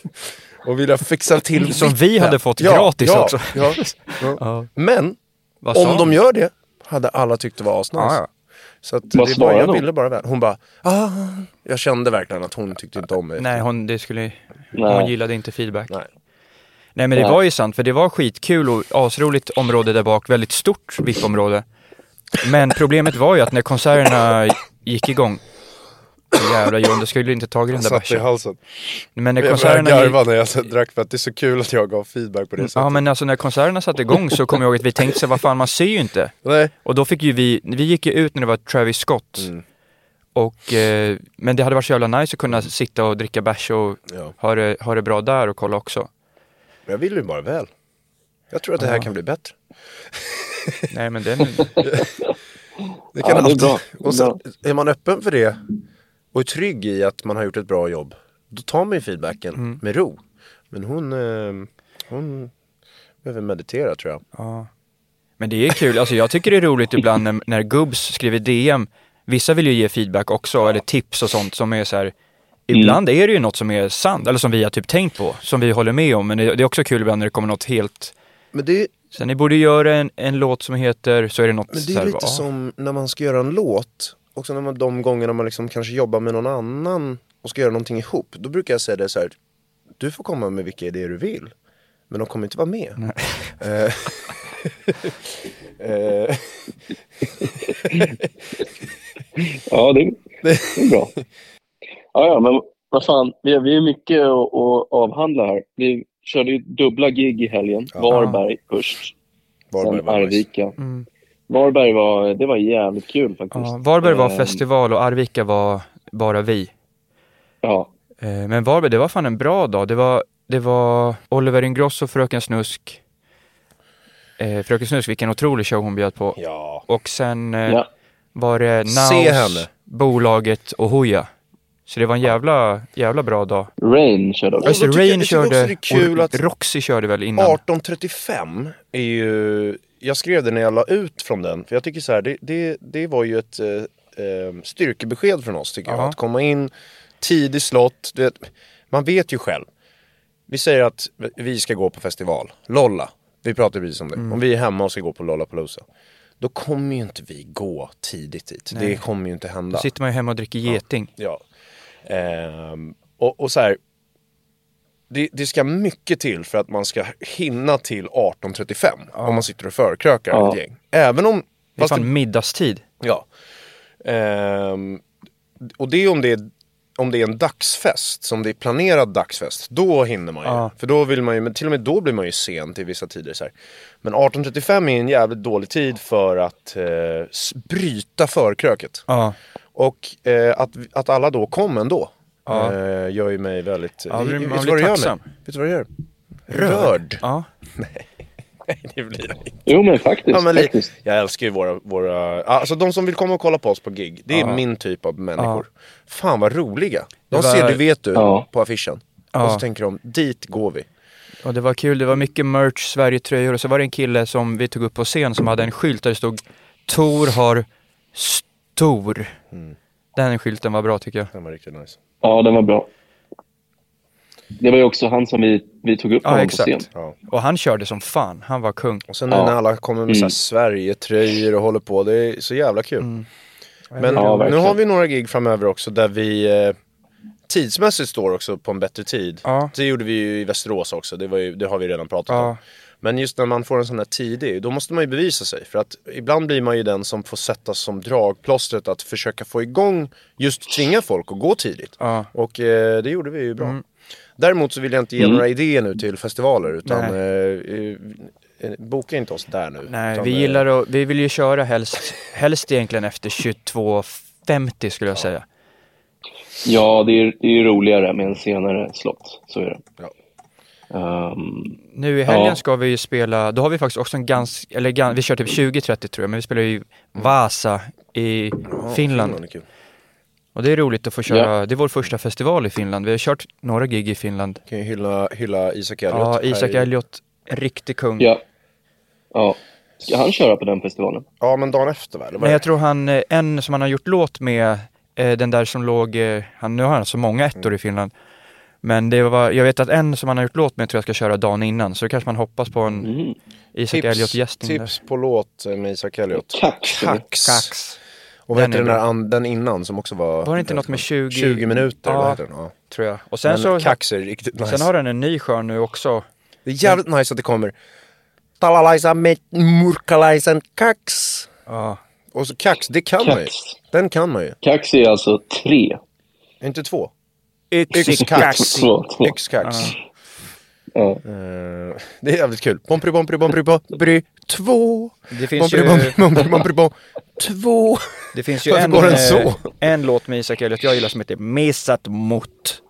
och vilja fixa till
som vi hade fått ja, gratis
ja,
också.
Ja, ja. Ja. Men om de gör det hade alla tyckt det var asnice. Ja, ja. Så att det var, jag ville bara väl. Hon bara, ah, jag kände verkligen att hon tyckte inte om mig.
Nej, hon, det skulle,
Nej.
hon gillade inte feedback.
Nej.
Nej, men det var ju sant, för det var skitkul och asroligt område där bak, väldigt stort V I P-område. Men problemet var ju att när konserterna gick igång, jävla John, det skulle inte tagit den där
bärsen. I halsen.
Men när
jag
konserterna
började garva när jag drack för att det är så kul att jag gav feedback på det sättet.
Ja, men alltså när konserterna satte igång så kom jag ihåg att vi tänkte sig, vad fan, man ser ju inte.
Nej.
Och då fick ju vi, vi gick ju ut när det var Travis Scott. Mm. Och, eh, men det hade varit så jävla nice att kunna sitta och dricka bärs och ja. ha, det, ha det bra där och kolla också.
Men jag vill ju bara väl. Jag tror att det här ja. kan bli bättre.
Nej, men det är
det kan ja, alltid. Det är bra. Och så är man öppen för det och är trygg i att man har gjort ett bra jobb, då tar man ju feedbacken mm. med ro. Men hon, eh, hon behöver meditera, tror jag.
Ja. Men det är kul. Alltså, jag tycker det är roligt ibland när, när gubbs skriver D M. Vissa vill ju ge feedback också, ja. eller tips och sånt som är så här. Ibland mm. är det ju något som är sant, eller som vi har typ tänkt på, som vi håller med om. Men det, det är också kul ibland när det kommer något helt...
Men det...
Sen ni borde göra en, en låt som heter, så är det något...
Men det är lite som när man ska göra en låt, också när man, de gångerna man liksom kanske jobbar med någon annan och ska göra någonting ihop. Då brukar jag säga det så här: du får komma med vilka idéer du vill, men de kommer inte vara med.
Nej.
Ja, det, det är bra. Ja, ja, men vad fan, vi har, vi har mycket att, att avhandla här. Vi körde ju dubbla gig i helgen. Ja. Varberg först. Varberg sen Arvika. Mm. Varberg var, det var jävligt kul faktiskt.
Ja, Varberg var festival och Arvika var bara vi.
Ja.
Men Varberg, det var fan en bra dag. Det var, det var Oliver Ingrosso och Fröken Snusk. Eh, Fröken Snusk, vilken otrolig show hon bjöd på.
Ja.
Och sen eh, ja. var det
Se henne.
Naus, Bolaget och Hoja. Så det var en jävla, jävla bra dag.
Rain körde också.
Alltså, Rain
jag,
körde
jag det är kul
och
att
Roxy körde väl innan.
arton trettiofem är ju... Jag skrev det när jag la ut från den. För jag tycker så här, det, det, det var ju ett eh, styrkebesked från oss, tycker jag.
Aha.
Att komma in tidig slott. Du vet, man vet ju själv. Vi säger att vi ska gå på festival. Lolla. Vi pratar precis om det. Mm. Om vi är hemma och ska gå på Lollapalooza, då kommer ju inte vi gå tidigt dit. Nej. Det kommer ju inte hända.
Då sitter man ju hemma och dricker geting.
Ja. ja. Ehm, och, och så här, det, det ska mycket till för att man ska hinna till arton trettiofem. Ja. Om man sitter och förkrökar ja. ett gäng. Även om...
Det är fan det, middagstid.
Ja. Ehm, och det är om det är om det är en dagsfest, som det är planerad dagsfest, då hinner man ju. Ja. För då vill man ju, men till och med då blir man ju sen till vissa tider så här. Men arton trettiofem är en jävligt dålig tid för att eh, bryta förkröket.
Ja.
Och eh, att, att alla då kom ändå ja. eh, gör ju mig väldigt...
Ja,
vet,
man
vet,
blir
vad
tacksam.
Vet du vad det gör?
Rörd.
Rörd.
Ja.
Nej. Nej, det blir det inte.
Jo, men faktiskt. Ja, men faktiskt.
Jag älskar ju våra, våra... Alltså de som vill komma och kolla på oss på gig, det är ja. min typ av människor. Ja. Fan vad roliga. De var... ser, du vet du, ja. på affischen. Ja. Och så tänker de, dit går vi.
Och det var kul, det var mycket merch, Sverige-tröjor. Och så var det en kille som vi tog upp på scen som hade en skylt där det stod Tor har stor. Mm. Den skylten var bra, tycker jag.
Den var riktigt nice.
Ja, den var bra. Det var ju också han som vi, vi tog upp
ja,
på scen.
Ja.
Och han körde som fan, han var kung.
Och sen nu ja. när alla kommer med mm. så här Sverige-tröjor och håller på, det är så jävla kul. Mm. Men ja, nu har vi några gig framöver också där vi eh, tidsmässigt står också på en bättre tid. Ja. Det gjorde vi ju i Västerås också, det, var ju, det har vi redan pratat ja. om. Men just när man får en sån här tidig, då måste man ju bevisa sig. För att ibland blir man ju den som får sätta som dragplåstret att försöka få igång, just tvinga folk att gå tidigt.
Ja.
Och eh, det gjorde vi ju bra. Mm. Däremot så vill jag inte ge mm. några idéer nu till festivaler, utan eh, eh, boka inte oss där nu.
Nej,
utan,
vi gillar att, vi vill ju köra helst, helst egentligen efter tjugotvå femtio skulle jag
ja.
säga.
Ja, det är, det är roligare med en senare slott, så är det.
Ja.
Um,
nu i helgen ja. ska vi ju spela, då har vi faktiskt också en ganska, eller gans, vi kör typ tjugo trettio tror jag, men vi spelar ju Vasa i ja, Finland. Finland och det är roligt att få köra, ja. det är vår första festival i Finland. Vi har kört några gig i Finland.
Kan ju hylla, hylla Isak Elliot.
Ja, Isak Elliot, en riktig kung.
Ja. Ja. Ska han köra på den festivalen?
Ja, men dagen efter väl?
Nej, jag tror han, en som han har gjort låt med, den där som låg, han, nu har han så många ettor mm. i Finland. Men det var, jag vet att en som man har gjort låt med tror jag ska köra dagen innan. Så kanske man hoppas på en mm. Isaac Elliot-gästning.
Tips där. På låt med Isaac Elliot.
Kax.
Kax. Kax. Och vad heter den, där, den innan som också var...
Var det inte något med tjugo...
tjugo minuter?
Ja,
vad heter den? Ja.
Tror jag. Och sen
men
så...
Kax är riktigt nice.
Sen har den en ny skör nu också.
Det är jävligt men... nice att det kommer... Talalaisa med murkalaisen Kax.
Ja.
Och så Kax, det kan Kax. Man ju. Den kan man ju.
Kax är alltså tre.
Inte två.
Yxkax.
Yxkax. Ja. Uh, det är jävligt kul. Bompri, bompri, bompri, bompri, två.
Det finns
bompri,
ju...
bompri, bompri, bompri, bompri, två.
Det finns ju en, en, så? en låt med Isaac Elliot jag gillar som heter Mesat mot.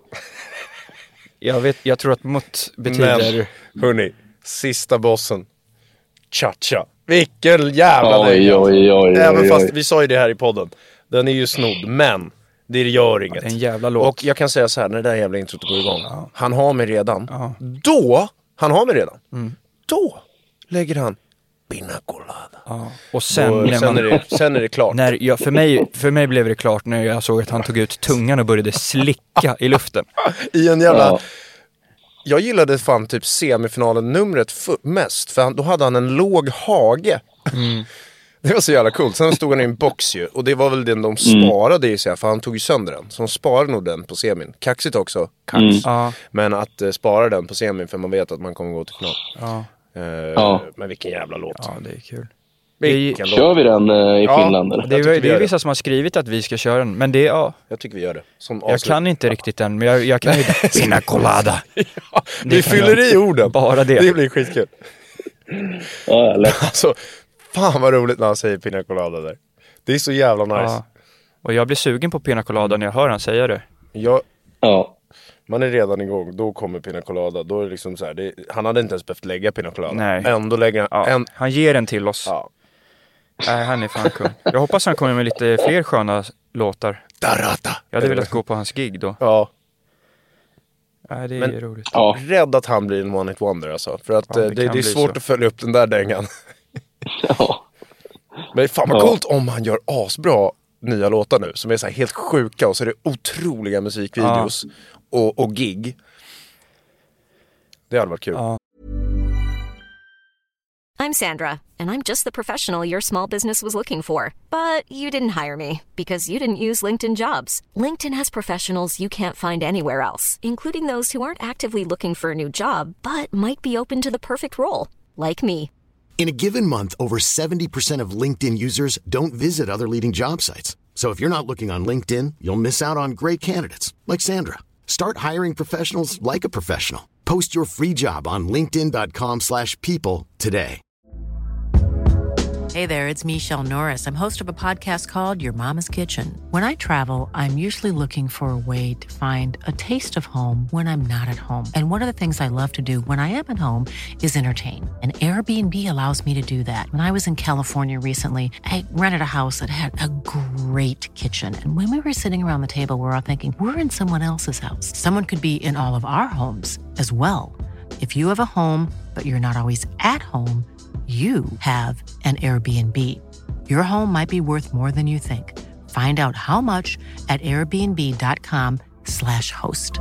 Jag vet, jag tror att mot betyder...
Men, hörni, sista bossen. Cha-cha. Vilken jävla
oj, oj, oj, oj,
Även
oj,
fast vi sa ju det här i podden. Den är ju snodd, men det gör inget.
En jävla låt.
Och jag kan säga så här, när det där jävla introt går igång. Ja. Han har mig redan. Ja. Då, han har mig redan. Mm. Då lägger han Pina Colada.
Ja. Och sen,
och
när
sen,
man,
är det, sen är det klart.
När jag, för, mig, för mig blev det klart när jag såg att han tog ut tungan och började slicka i luften.
I en jävla... Ja. Jag gillade fan typ semifinalen numret f- mest. För han, då hade han en låg hage. Mm. Det var så jävla coolt. Sen stod han i en box ju. Och det var väl den de sparade i sig. För han tog ju sönder den. Så de sparade nog den på semin. Kaxigt också. Kax. Mm. Ja. Men att uh, spara den på semin. För man vet att man kommer gå till final. Ja. Uh, ja. Men vilken jävla låt.
Ja, det är kul.
Vilken Kör låt. Vi den uh, i ja, Finland? Eller?
Det är, det är vissa som har skrivit att vi ska köra den. Men det är... Ja.
Jag tycker vi gör det. Som
jag kan inte riktigt den. Men jag, jag kan ju... Pina Colada.
Ja, vi fyller jag. I orden.
Bara det.
Det blir skitkul.
Ja, eller?
Alltså... Fan vad roligt när han säger Pina Colada där. Det är så jävla nice. Ja.
Och jag blir sugen på Pina Colada när jag hör han säga det.
Jag,
ja.
Man är redan igång. Då kommer Pina Colada. Då är det liksom så här, det, han hade inte ens behövt lägga Pina Colada.
Nej.
Ändå lägger han...
Ja. En... Han ger den till oss. Ja. Nej, han är fan kung. Jag hoppas han kommer med lite fler sköna låtar.
Darata.
Jag hade velat gå på hans gig då.
Ja.
Nej, det är
men,
roligt.
Ja. Rädd att han blir en one hit wonder alltså. För att ja, det, det, det är svårt så. Att följa upp den där dängan.
Ja.
Men fan vad ja. Coolt om han gör asbra nya låtar nu. Som är så här helt sjuka. Och så är det otroliga musikvideos. Ja. Och, och gig. Det hade varit kul. Ja.
I'm Sandra, and I'm just the professional your small business was looking for. But you didn't hire me, because you didn't use LinkedIn Jobs. LinkedIn has professionals you can't find anywhere else, including those who aren't actively looking for a new job, but might be open to the perfect role, like me.
In a given month, over seventy percent of LinkedIn users don't visit other leading job sites. So if you're not looking on LinkedIn, you'll miss out on great candidates, like Sandra. Start hiring professionals like a professional. Post your free job on linkedin.com slash people today.
Hey there, it's Michelle Norris. I'm host of a podcast called Your Mama's Kitchen. When I travel, I'm usually looking for a way to find a taste of home when I'm not at home. And one of the things I love to do when I am at home is entertain. And Airbnb allows me to do that. When I was in California recently, I rented a house that had a great kitchen. And when we were sitting around the table, we were all thinking, we're in someone else's house. Someone could be in all of our homes as well. If you have a home, but you're not always at home, you have an Airbnb. Your home might be worth more than you think. Find out how much at airbnb.com slash host.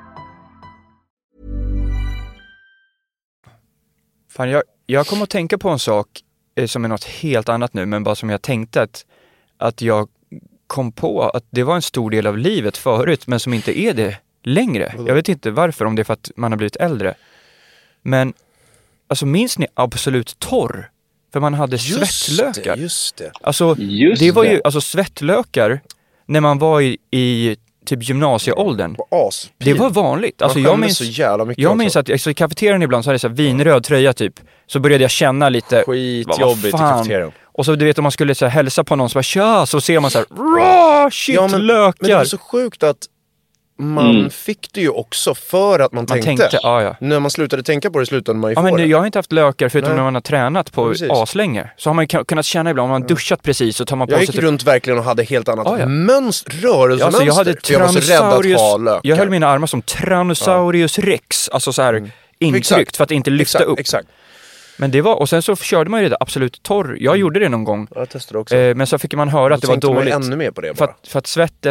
Fan, jag, jag kommer att tänka på en sak eh, som är något helt annat nu, men bara som jag tänkte att, att jag kom på att det var en stor del av livet förut, men som inte är det längre. Jag vet inte varför, om det är för att man har blivit äldre. Men alltså, minns ni Absolut Torr? För man hade just svettlökar.
Det, just det.
Alltså,
just
det var
det.
ju, alltså svettlökar när man var i, i typ gymnasieåldern.
As.
Det var vanligt. Alltså, jag minns,
så jävla mycket
jag minns att alltså, i kafeterian ibland så hade jag så här vinröd tröja typ. Så började jag känna lite
skitjobbigt i kafeterian.
Och så du vet, om man skulle så här, hälsa på någon som bara tja, så ser man så här raw shit, ja, men, lökar.
Men det är så sjukt att man mm. fick det ju också för att man, man tänkte.
tänkte ah, ja.
När man slutade tänka på det slutade man ju
ja,
få
men
det.
Jag har inte haft lökar förutom Nej. när man har tränat på
Precis.
aslänge. Så har man kunnat känna ibland, om man har duschat precis så tar man på
jag
sig...
Jag gick typ... runt verkligen och hade helt annat ah, ja. mönster, rörelsemönster.
Alltså, jag hade
jag var så rädd att ha lökar.
Jag höll mina armar som Tyrannosaurus ja. rex. Alltså så här mm. intryckt exakt. för att inte lyfta
exakt.
upp.
Exakt.
Men det var, och sen så körde man ju det Absolut Torr. Jag mm. gjorde det någon gång.
Jag testade också.
Eh, men så fick man höra att det var dåligt.
Ännu mer på det
för, att, för att svettet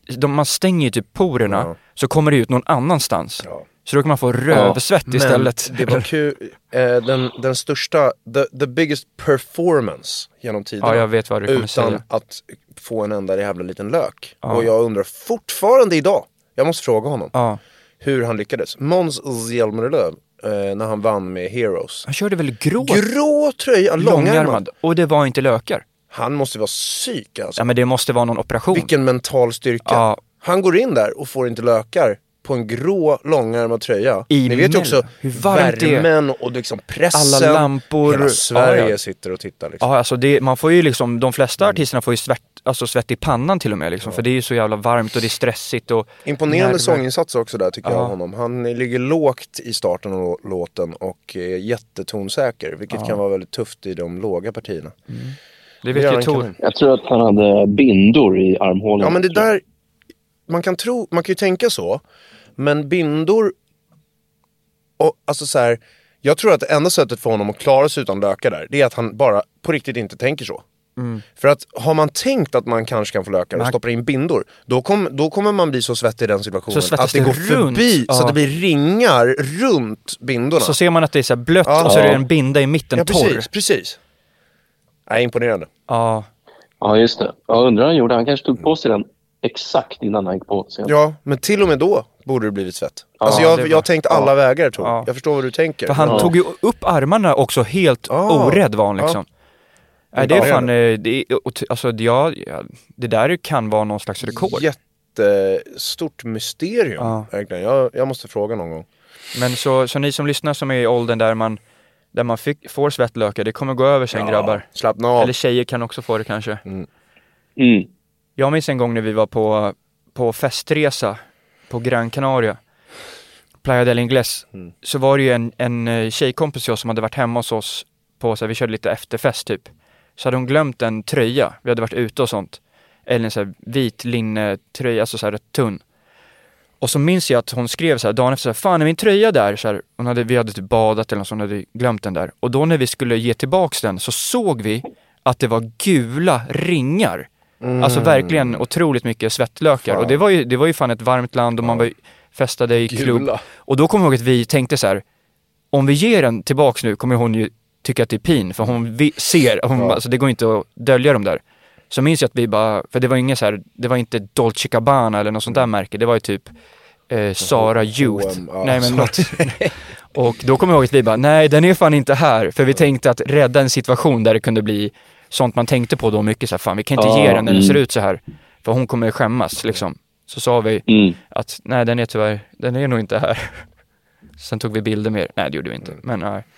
de, man stänger ju typ porerna, ja. Så kommer det ut någon annanstans. Ja. Så då kan man få rövsvett ja, istället.
Det var kul. Eh, den, den största, the, the biggest performance genom tiderna.
Ja, jag vet vad du kommer säga.
Utan att få en enda jävla liten lök. Ja. Och jag undrar fortfarande idag, jag måste fråga honom, ja. Hur han lyckades. Måns Zelmerlöw, eh, när han vann med Heroes.
Han körde väl grå?
Grå tröja, långärmad.
Och det var inte lökar.
Han måste vara psyk alltså.
Ja, men det måste vara någon operation.
Vilken mental styrka. Ja. Han går in där och får inte lökar på en grå långärmad tröja.
I
Ni vet ju också
hur varmt
värmen och liksom pressen.
Alla lampor.
Hela Sverige
ja, ja.
sitter och tittar. Liksom.
Ja, alltså det, man får ju liksom, de flesta mm. artisterna får ju svett, alltså svett i pannan till och med. Liksom, ja. För det är ju så jävla varmt och det är stressigt. Och
imponerande nerver. Sånginsats också där tycker ja. jag av honom. Han ligger lågt i starten av låten och är jättetonsäker. Vilket ja. kan vara väldigt tufft i de låga partierna. Mm.
Det vet ju Tor.
Jag tror att han hade bindor i armhålan.
Ja, men det där, man kan tro, man kan ju tänka så. Men bindor, och, alltså så här, jag tror att det enda sättet för honom att klara sig utan lökar där, det är att han bara på riktigt inte tänker så. Mm. För att har man tänkt att man kanske kan få lökar och stoppar in bindor, då, kom, då kommer man bli så svettig i den situationen att det går
runt.
förbi,
ja.
så att det blir ringar runt bindorna.
Så ser man att det är så här blött ja. och så är det en binda i mitten,
ja,
torr.
Precis, precis. Nej, imponerande.
Ja.
Ja, just det. Jag undrar han gjorde, han kanske tog på sig den exakt innan han gick på sig.
Ja, men till och med då borde det blivit svett. Ja, alltså jag, var... jag tänkte alla ja. vägar, tror ja. jag. förstår vad du tänker.
För han
ja.
tog ju upp armarna också helt ja. orädd var han liksom. Ja. Nej, det är fan, det, alltså ja, det där kan vara någon slags rekord.
Jättestort mysterium, ja. verkligen. Jag, jag måste fråga någon gång.
Men så, så ni som lyssnar som är i åldern där man där man fick, får svettlökar, det kommer gå över sen ja, grabbar.
Slappna av.
Eller tjejer kan också få det kanske.
Mm.
Mm.
Jag minns en gång när vi var på, på festresa på Gran Canaria, Playa del Ingles, mm. så var det ju en, en tjejkompis till oss som hade varit hemma hos oss på, så här, vi körde lite efterfest typ. Så hade hon glömt en tröja, vi hade varit ute och sånt. Eller en så här vit linnetröja, alltså så här rätt tunn. Och så minns jag att hon skrev så här dagen efter så här, fan är min tröja där? Så här, hon hade, vi hade typ badat eller något, så hon hade glömt den där. Och då när vi skulle ge tillbaks den så såg vi att det var gula ringar. Mm. Alltså verkligen otroligt mycket svettlökar. Fan. Och det var, ju, det var ju fan ett varmt land och man var, festade i gula. Klubb. Och då kom jag ihåg att vi tänkte så här, om vi ger den tillbaks nu kommer hon ju tycka att det är pin. För hon vi, ser, hon, ja. alltså det går inte att dölja dem där. Så minns jag att vi bara, för det var inget så här, det var inte Dolce Gabbana eller något sånt där märke. Det var ju typ eh, Zara Youth. Ja, nej men något. Och då kommer jag ihåg att vi bara, nej den är fan inte här. För vi tänkte att rädda en situation där det kunde bli sånt man tänkte på då mycket så här, fan vi kan inte oh, ge den när den mm. ser ut så här. För hon kommer skämmas liksom. Så sa vi mm. att nej den är tyvärr, den är nog inte här. Sen tog vi bilder med, nej det gjorde vi inte. Mm. Men nej.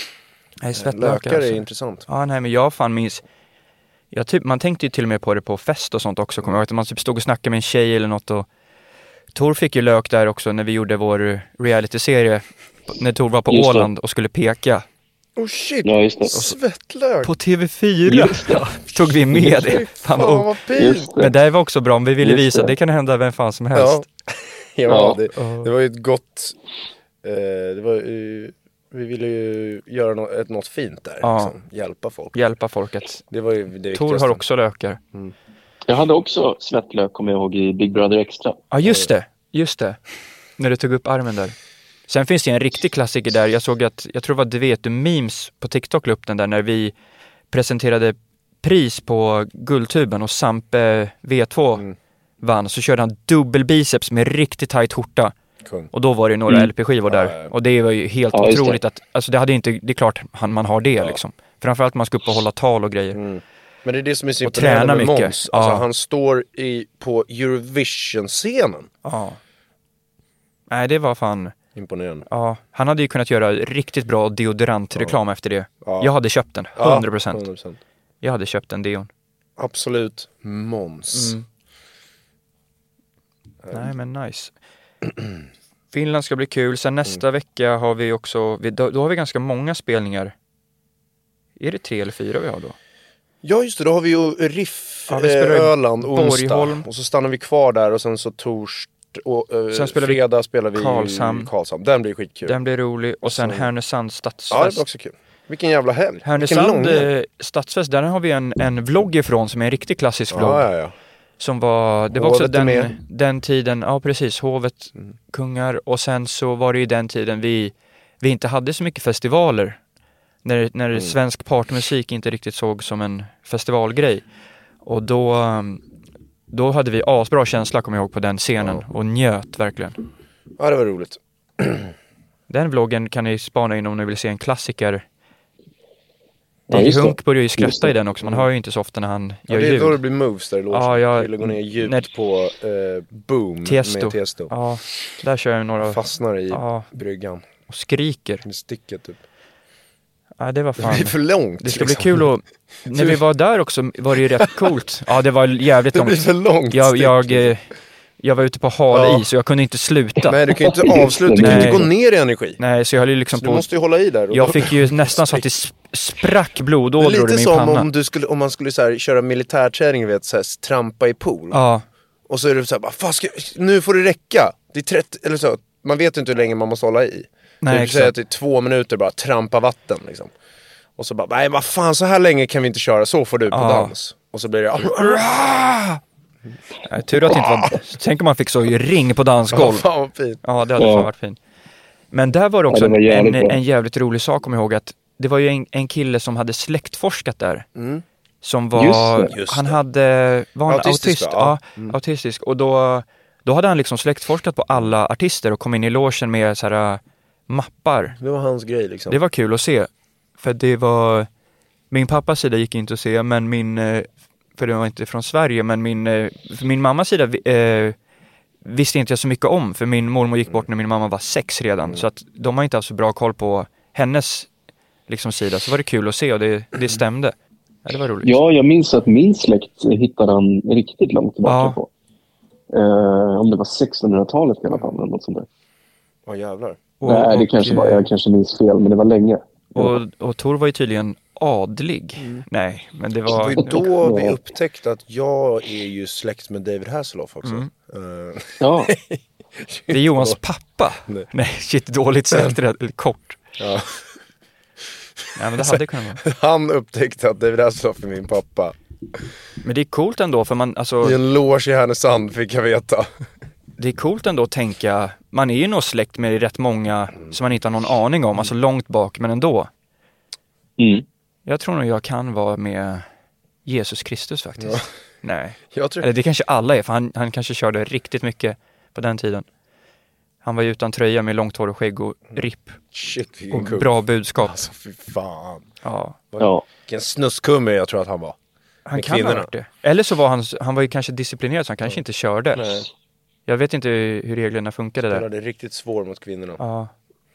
Nej, svettlökar
Lökar är
alltså.
intressant.
Ja nej men jag fan minns, jag typ, man tänkte ju till och med på det på fest och sånt också. Kommer jag ihåg att man typ stod och snackade med en tjej eller något. Och Tor fick ju lök där också när vi gjorde vår reality-serie. När Tor var på just Åland det. Och skulle peka.
Oh shit,
ja, just det.
Och svettlök.
På T V fyra ja, tog vi med det. Fan,
fan vad fint.
Men det var också bra om vi ville just visa. Det. det kan hända vem fan som helst.
Ja, ja det, det var ju ett gott... Eh, det var ju... Vi ville ju göra något, ett, något fint där. Ja. Liksom. Hjälpa folk.
Hjälpa folket.
Det var ju det viktigaste.
Tor har också lökar. Mm.
Jag hade också svettlök, kommer jag ihåg, i Big Brother Extra.
Ja, just det. Just det. När du tog upp armen där. Sen finns det en riktig klassiker där. Jag såg att, jag tror det var Du vet du memes på TikTok la upp den där när vi presenterade pris på Guldtuben och Sampe V två mm. vann. Så körde han dubbelbiceps med riktigt tajt skjorta. Kung. Och då var det några mm. L P-skivor där. Ja, ja. Och det var ju helt ja, otroligt att, alltså det hade inte, det är klart han, man har det ja. liksom. Framförallt man ska upp och hålla tal och grejer. Mm.
Men det är det som är så imponerande med Måns. Alltså ja. han står i, på Eurovision-scenen.
Ja. Nej, det var fan...
imponerande.
Ja, han hade ju kunnat göra riktigt bra deodorantreklam ja. efter det. Ja. Jag hade köpt den, hundra procent. Ja, hundra procent. Jag hade köpt en deon.
Absolut. Måns. Mm.
Nej, men nice. Finland ska bli kul. Sen nästa mm. vecka har vi också, då, då har vi ganska många spelningar. Är det tre eller fyra vi har då?
Ja just det, då har vi ju Riff, ja, vi eh, Öland, onsdag. Borgholm. Och så stannar vi kvar där och sen så torsdag och eh, sen spelar fredag vi spelar vi Karlshamn. Karlshamn. Den blir skitkul.
Den blir rolig. Och sen så... Härnösand stadsfest.
Ja, det blir också kul. Vilken jävla helg.
Härnösand eh, stadsfest, där har vi en, en vlogg ifrån som är en riktigt klassisk vlogg.
Ja, ja, ja.
Som var, det var
hovet
också den,
med.
den tiden, ja precis, hovet, mm. kungar. Och sen så var det ju den tiden vi, vi inte hade så mycket festivaler. När, när mm. svensk partymusik inte riktigt såg som en festivalgrej. Och då, då hade vi asbra känsla, kommer jag ihåg, på den scenen. Ja. Och njöt verkligen.
Ja, det var roligt.
Den vloggen kan ni spana in om ni vill se en klassiker. Ja, det Hunk börjar ju skratta i den också. Man hör ju inte så ofta när han
ja,
gör
ljud. Det är
ljud.
då det blir moves där i låten.
Ja, jag
vill gå ner djupt när... på uh, Boom
Tiesto.
med Tiesto.
Ja, där kör jag några...
Fastnar i
ja.
bryggan.
Och skriker.
Det sticker typ.
Ja, det var fan...
Det blir för långt.
Det ska liksom. bli kul att... När vi var där också var det ju rätt coolt. Ja, det var jävligt långt.
Det blir för långt.
Jag, jag, jag var ute på hal ja. is och jag kunde inte sluta.
Nej, du kan ju inte avsluta. Du kan ju inte gå ner i energi.
Nej, så jag höll ju liksom
så
på...
du måste ju hålla i där.
Jag fick ju nästan så att det sprack blodådror i min panna.
Lite som om, du skulle, om man skulle så här, köra militärträning, vet, så här, trampa i pool.
Ja.
Och så är det så här, bara, fan, ska, nu får det räcka. Det är trettio, eller så. Man vet inte hur länge man måste hålla i. Nej, du säger att det är två minuter bara trampa vatten liksom. Och så bara, nej vad fan, så här länge kan vi inte köra, så får du på ja. dans. Och så blir det...
Ja, tur att det inte var... Tänk om man fick så ring på dansgolv.
Ja, fan vad fint.
Ja, det hade ja. fan varit fint. Men där var det också ja, det var en, en jävligt rolig sak, kom jag ihåg, att det var ju en, en kille som hade släktforskat där.
Mm.
Som var... Just det, just han hade... Var han
autistisk,
autist?
Ja,
mm. autistisk. Och då, då hade han liksom släktforskat på alla artister och kom in i logen med så här mappar.
Det var hans grej liksom.
Det var kul att se. För det var... Min pappas sida gick inte att se, men min... För det var inte från Sverige, men min... För min mammas sida eh, visste inte jag så mycket om. För min mormor gick bort när min mamma var sex redan. Mm. Så att de har inte haft så bra koll på hennes liksom, sida. Så var det kul att se och det, det stämde. Ja, det var roligt.
Ja, jag minns att min släkt hittade han riktigt långt tillbaka ja. på. Eh, om det var sextonhundratalet i alla fall, eller något sånt där.
Åh oh, jävlar.
Och, Nej, det och, kanske var, jag kanske minns fel, men det var länge.
Och, och Tor var ju tydligen adlig. Mm. Nej, men det var...
Det var ju då vi upptäckte att jag är ju släkt med David Hasselhoff också. Mm. Uh.
Ja.
Det är Johans pappa. Nej, Nej shit, dåligt sagt, eller kort.
Ja.
Nej, men det hade kunnat vara.
Han upptäckte att David Hasselhoff är min pappa.
Men det är coolt ändå, för man... Alltså...
I en loge i Härnösand fick jag veta.
Det är coolt ändå att tänka, man är ju nog släkt med rätt många som man inte har någon aning om, alltså långt bak, men ändå.
Mm.
Jag tror nog jag kan vara med Jesus Kristus faktiskt. Ja. Nej.
Jag tror...
Eller det kanske alla är, för han, han kanske körde riktigt mycket på den tiden. Han var ju utan tröja med långt hår och skägg och ripp.
Shit,
och cool. Bra budskap.
Alltså fy fan.
Ja.
Ja.
Vilken snuskummer jag tror att han var.
Han kan ha varit det. Eller så var han, han var ju kanske disciplinerad så han kanske ja. inte körde.
Nej.
Jag vet inte hur reglerna funkade där.
Han är riktigt svår mot kvinnorna.
Ja.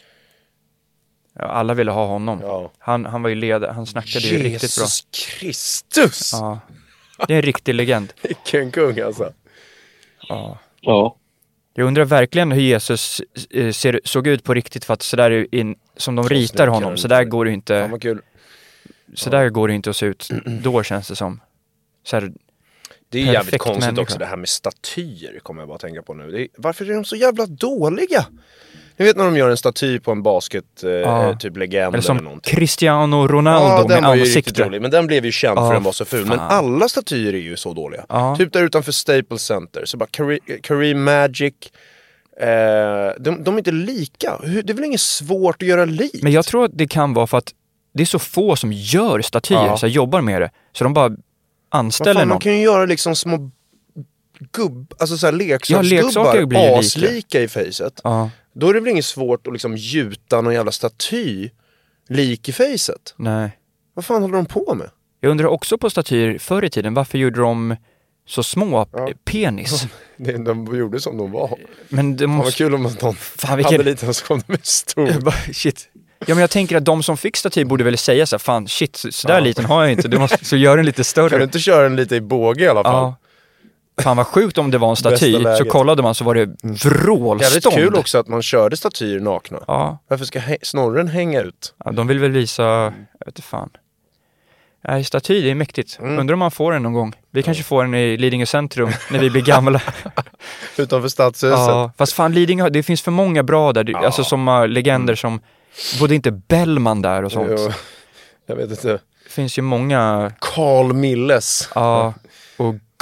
Ja, alla ville ha honom.
Ja.
Han, han var ju ledare, han snackade ju riktigt bra.
Jesus Kristus!
Ja. Det är en riktig legend.
Vilken kung alltså.
Ja.
Ja.
Jag undrar verkligen hur Jesus ser, såg ut på riktigt, för att sådär in, som de ritar honom, så där går det inte.
Fan vad kul.
Så där går det inte att se ut. Då känns det som så här,
det är jävligt konstigt
människa.
också det här med statyer, kommer jag bara tänka på nu. Det är, varför är de så jävla dåliga? Ni vet när de gör en staty på en basket eh, ja. typ legend eller,
som
eller någonting.
Cristiano Ronaldo
ja,
med ansikte.
Men den blev ju känd
ja,
för den var så ful.
fan.
Men alla statyer är ju så dåliga.
Ja.
Typ där utanför Staples Center. Så bara Kareem Magic. Eh, de, de är inte lika. Det är väl inget svårt att göra likt.
Men jag tror att det kan vara för att det är så få som gör statyer, ja. så här, jobbar med det. Så de bara anställer fan, någon.
Man kan ju göra liksom små gubb, alltså så här
leksaksgubbar,
ja, aslika i facet.
Ja.
Då är det väl inget svårt att liksom gjuta någon jävla staty lik i facet.
Nej.
Vad fan håller de på med?
Jag undrar också på statyer förr i tiden, varför gjorde de så små ja. penis?
Det, de gjorde som de var.
Men det måste...
Fan vad kul om de fan, vilken... hade lite så kom de med stor.
Shit. Ja, men jag tänker att de som fick staty borde väl säga så här, fan shit, så där ja. liten har jag inte. Du måste så gör den lite större.
Kan du inte köra den lite i båge i alla fall?
Ja. Fan vad sjukt om det var en staty. Så kollade man så var det vrålstånd.
Det är kul också att man körde statyer nakna.
Ja.
Varför ska hä- snorren hänga ut?
Ja, de vill väl visa, jag vet inte fan. Nej, staty, det är mäktigt. Mm. Undrar om man får den någon gång. Vi mm. kanske får den i Lidingö centrum när vi blir gamla.
Utanför stadshuset.
Ja, fast fan Lidingö, det finns för många bra där. Ja. Alltså som uh, legender mm. som, både inte Bellman där och sånt.
Jo, jag vet inte.
Det finns ju många.
Carl Milles.
Ja, och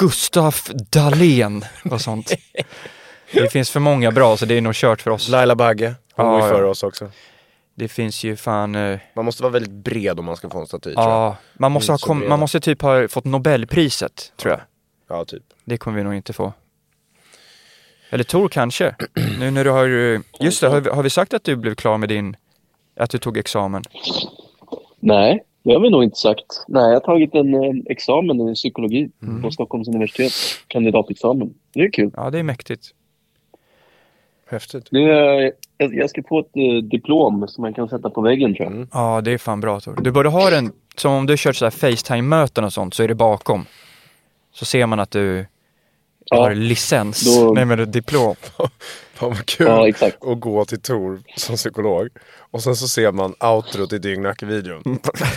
Gustaf Dahlén och sånt. Det finns för många bra, så det är nog kört för oss.
Laila Bagge, hon
ja,
går ju för
ja.
oss också.
Det finns ju fan... Uh...
Man måste vara väldigt bred om man ska få en staty,
ja,
tror jag.
Man måste, ha kom... man måste typ ha fått Nobelpriset, tror jag.
Ja, typ.
Det kommer vi nog inte få. Eller Tor kanske. Nu när du har... Just det, har vi, har vi sagt att du blev klar med din... Att du tog examen?
Nej, det har vi nog inte sagt. Nej, jag har tagit en, en examen i psykologi
mm.
på Stockholms universitet. Kandidatexamen. Det är kul.
Ja, det är mäktigt.
Häftigt.
Det är, jag, jag ska få ett uh, diplom som man kan sätta på väggen, tror jag.
Mm. Ja, det är fan bra, Tor. Du borde ha den, som om du kört så här FaceTime-möten och sånt, så är det bakom. Så ser man att du ja, har licens. Då... Nej, men diplom.
Fan vad kul ja, exakt. Att gå till Tor som psykolog. Och sen så ser man outro till Dyngnack-videon.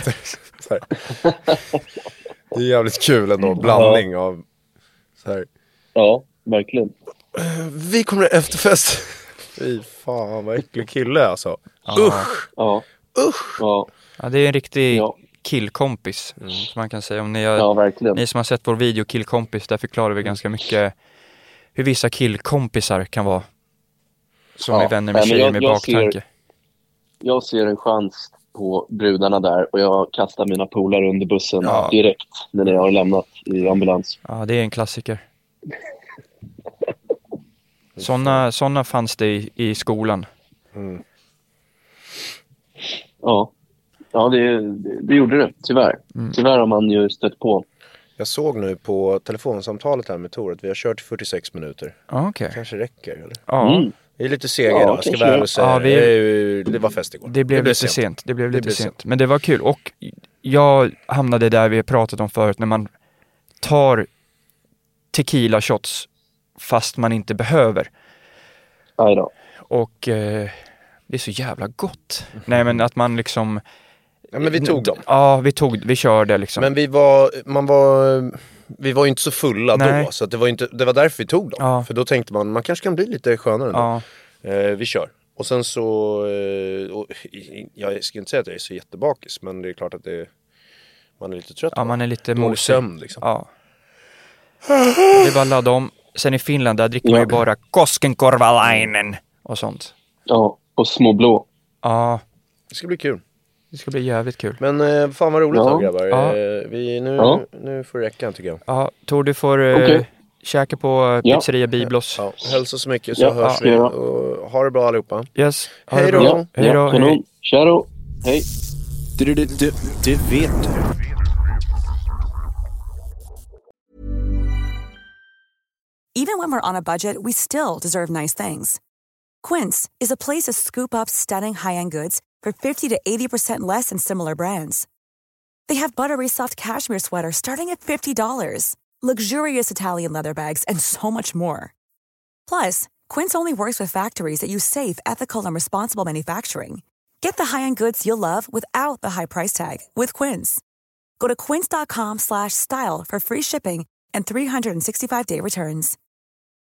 Det är jävligt kul ändå. Blandning ja. av så här.
Ja, verkligen.
Vi kommer till efterfest. Fy fan, vad äcklig kille alltså. Ja. Usch.
Ja.
Usch.
Ja.
Ja, det är en riktig ja. killkompis. Mm. Som man kan säga. Om ni, har,
ja, verkligen.
Ni som har sett vår video Killkompis, där förklarar vi ganska mycket hur vissa killkompisar kan vara. Som ja. är vänner med Nej, tjejer jag, med jag baktanke.
Ser, jag ser en chans på brudarna där och jag kastar mina polare under bussen ja. direkt när jag har lämnat i ambulans.
Ja, det är en klassiker. Såna, såna fanns det i, i skolan. Mm.
Ja, ja det, det, det gjorde det, tyvärr. Mm. Tyvärr har man ju stött på.
Jag såg nu på telefonsamtalet här med Tor att vi har kört fyrtiosex minuter.
Ah, okay.
Kanske räcker, eller?
Ja. Mm.
Det är lite sega ja, idag, ska väl säga. Ja, vi... Det var fest igår.
Det blev, det blev lite sent. sent. Det blev lite det blev sent. sent. Men det var kul. Och jag hamnade där vi har pratat om förut, när man tar tequila shots fast man inte behöver.
Aj då.
Och eh, det är så jävla gott. Mm. Nej, men att man liksom...
Ja, men vi tog dem.
Ja, vi tog, vi körde liksom.
Men vi var, man var... Vi var ju inte så fulla Nej. då, så att det, var inte, det var därför vi tog dem. Ja. För då tänkte man, man kanske kan bli lite skönare ja. då. Eh, vi kör. Och sen så, eh, och, jag ska inte säga att jag är så jättebakis, men det är klart att det, man är lite trött.
Ja, man är lite mosig.
Sömn, liksom.
Ja. Det är bara ladda om. Sen i Finland, där dricker ja. man ju bara Koskenkorvalainen och sånt.
Ja, och små blå.
Ja.
Det ska bli kul.
Det ska bli jävligt kul.
Men eh, fan vad roligt
ja.
då, grabbar.
Ja.
Eh, vi, nu,
ja.
nu får det räcka, tycker jag.
Ja, Tor, du får eh, okay. käka på
ja.
pizzeria Biblos.
Ja. Hälsa så mycket, så
ja.
hörs
ja.
vi. Och ha det bra allihopa.
Yes.
Hej då.
Ja.
Hej då.
Ja. Hej. Tja då. Hej.
Du, du, du, du, du vet du.
Even when we're on a budget, we still deserve nice things. Quince is a place to scoop up stunning high-end goods for fifty to eighty percent less than similar brands. They have buttery soft cashmere sweaters starting at fifty dollars, luxurious Italian leather bags, and so much more. Plus, Quince only works with factories that use safe, ethical, and responsible manufacturing. Get the high-end goods you'll love without the high price tag with Quince. Go to quince dot com slash style for free shipping and three hundred sixty-five day returns.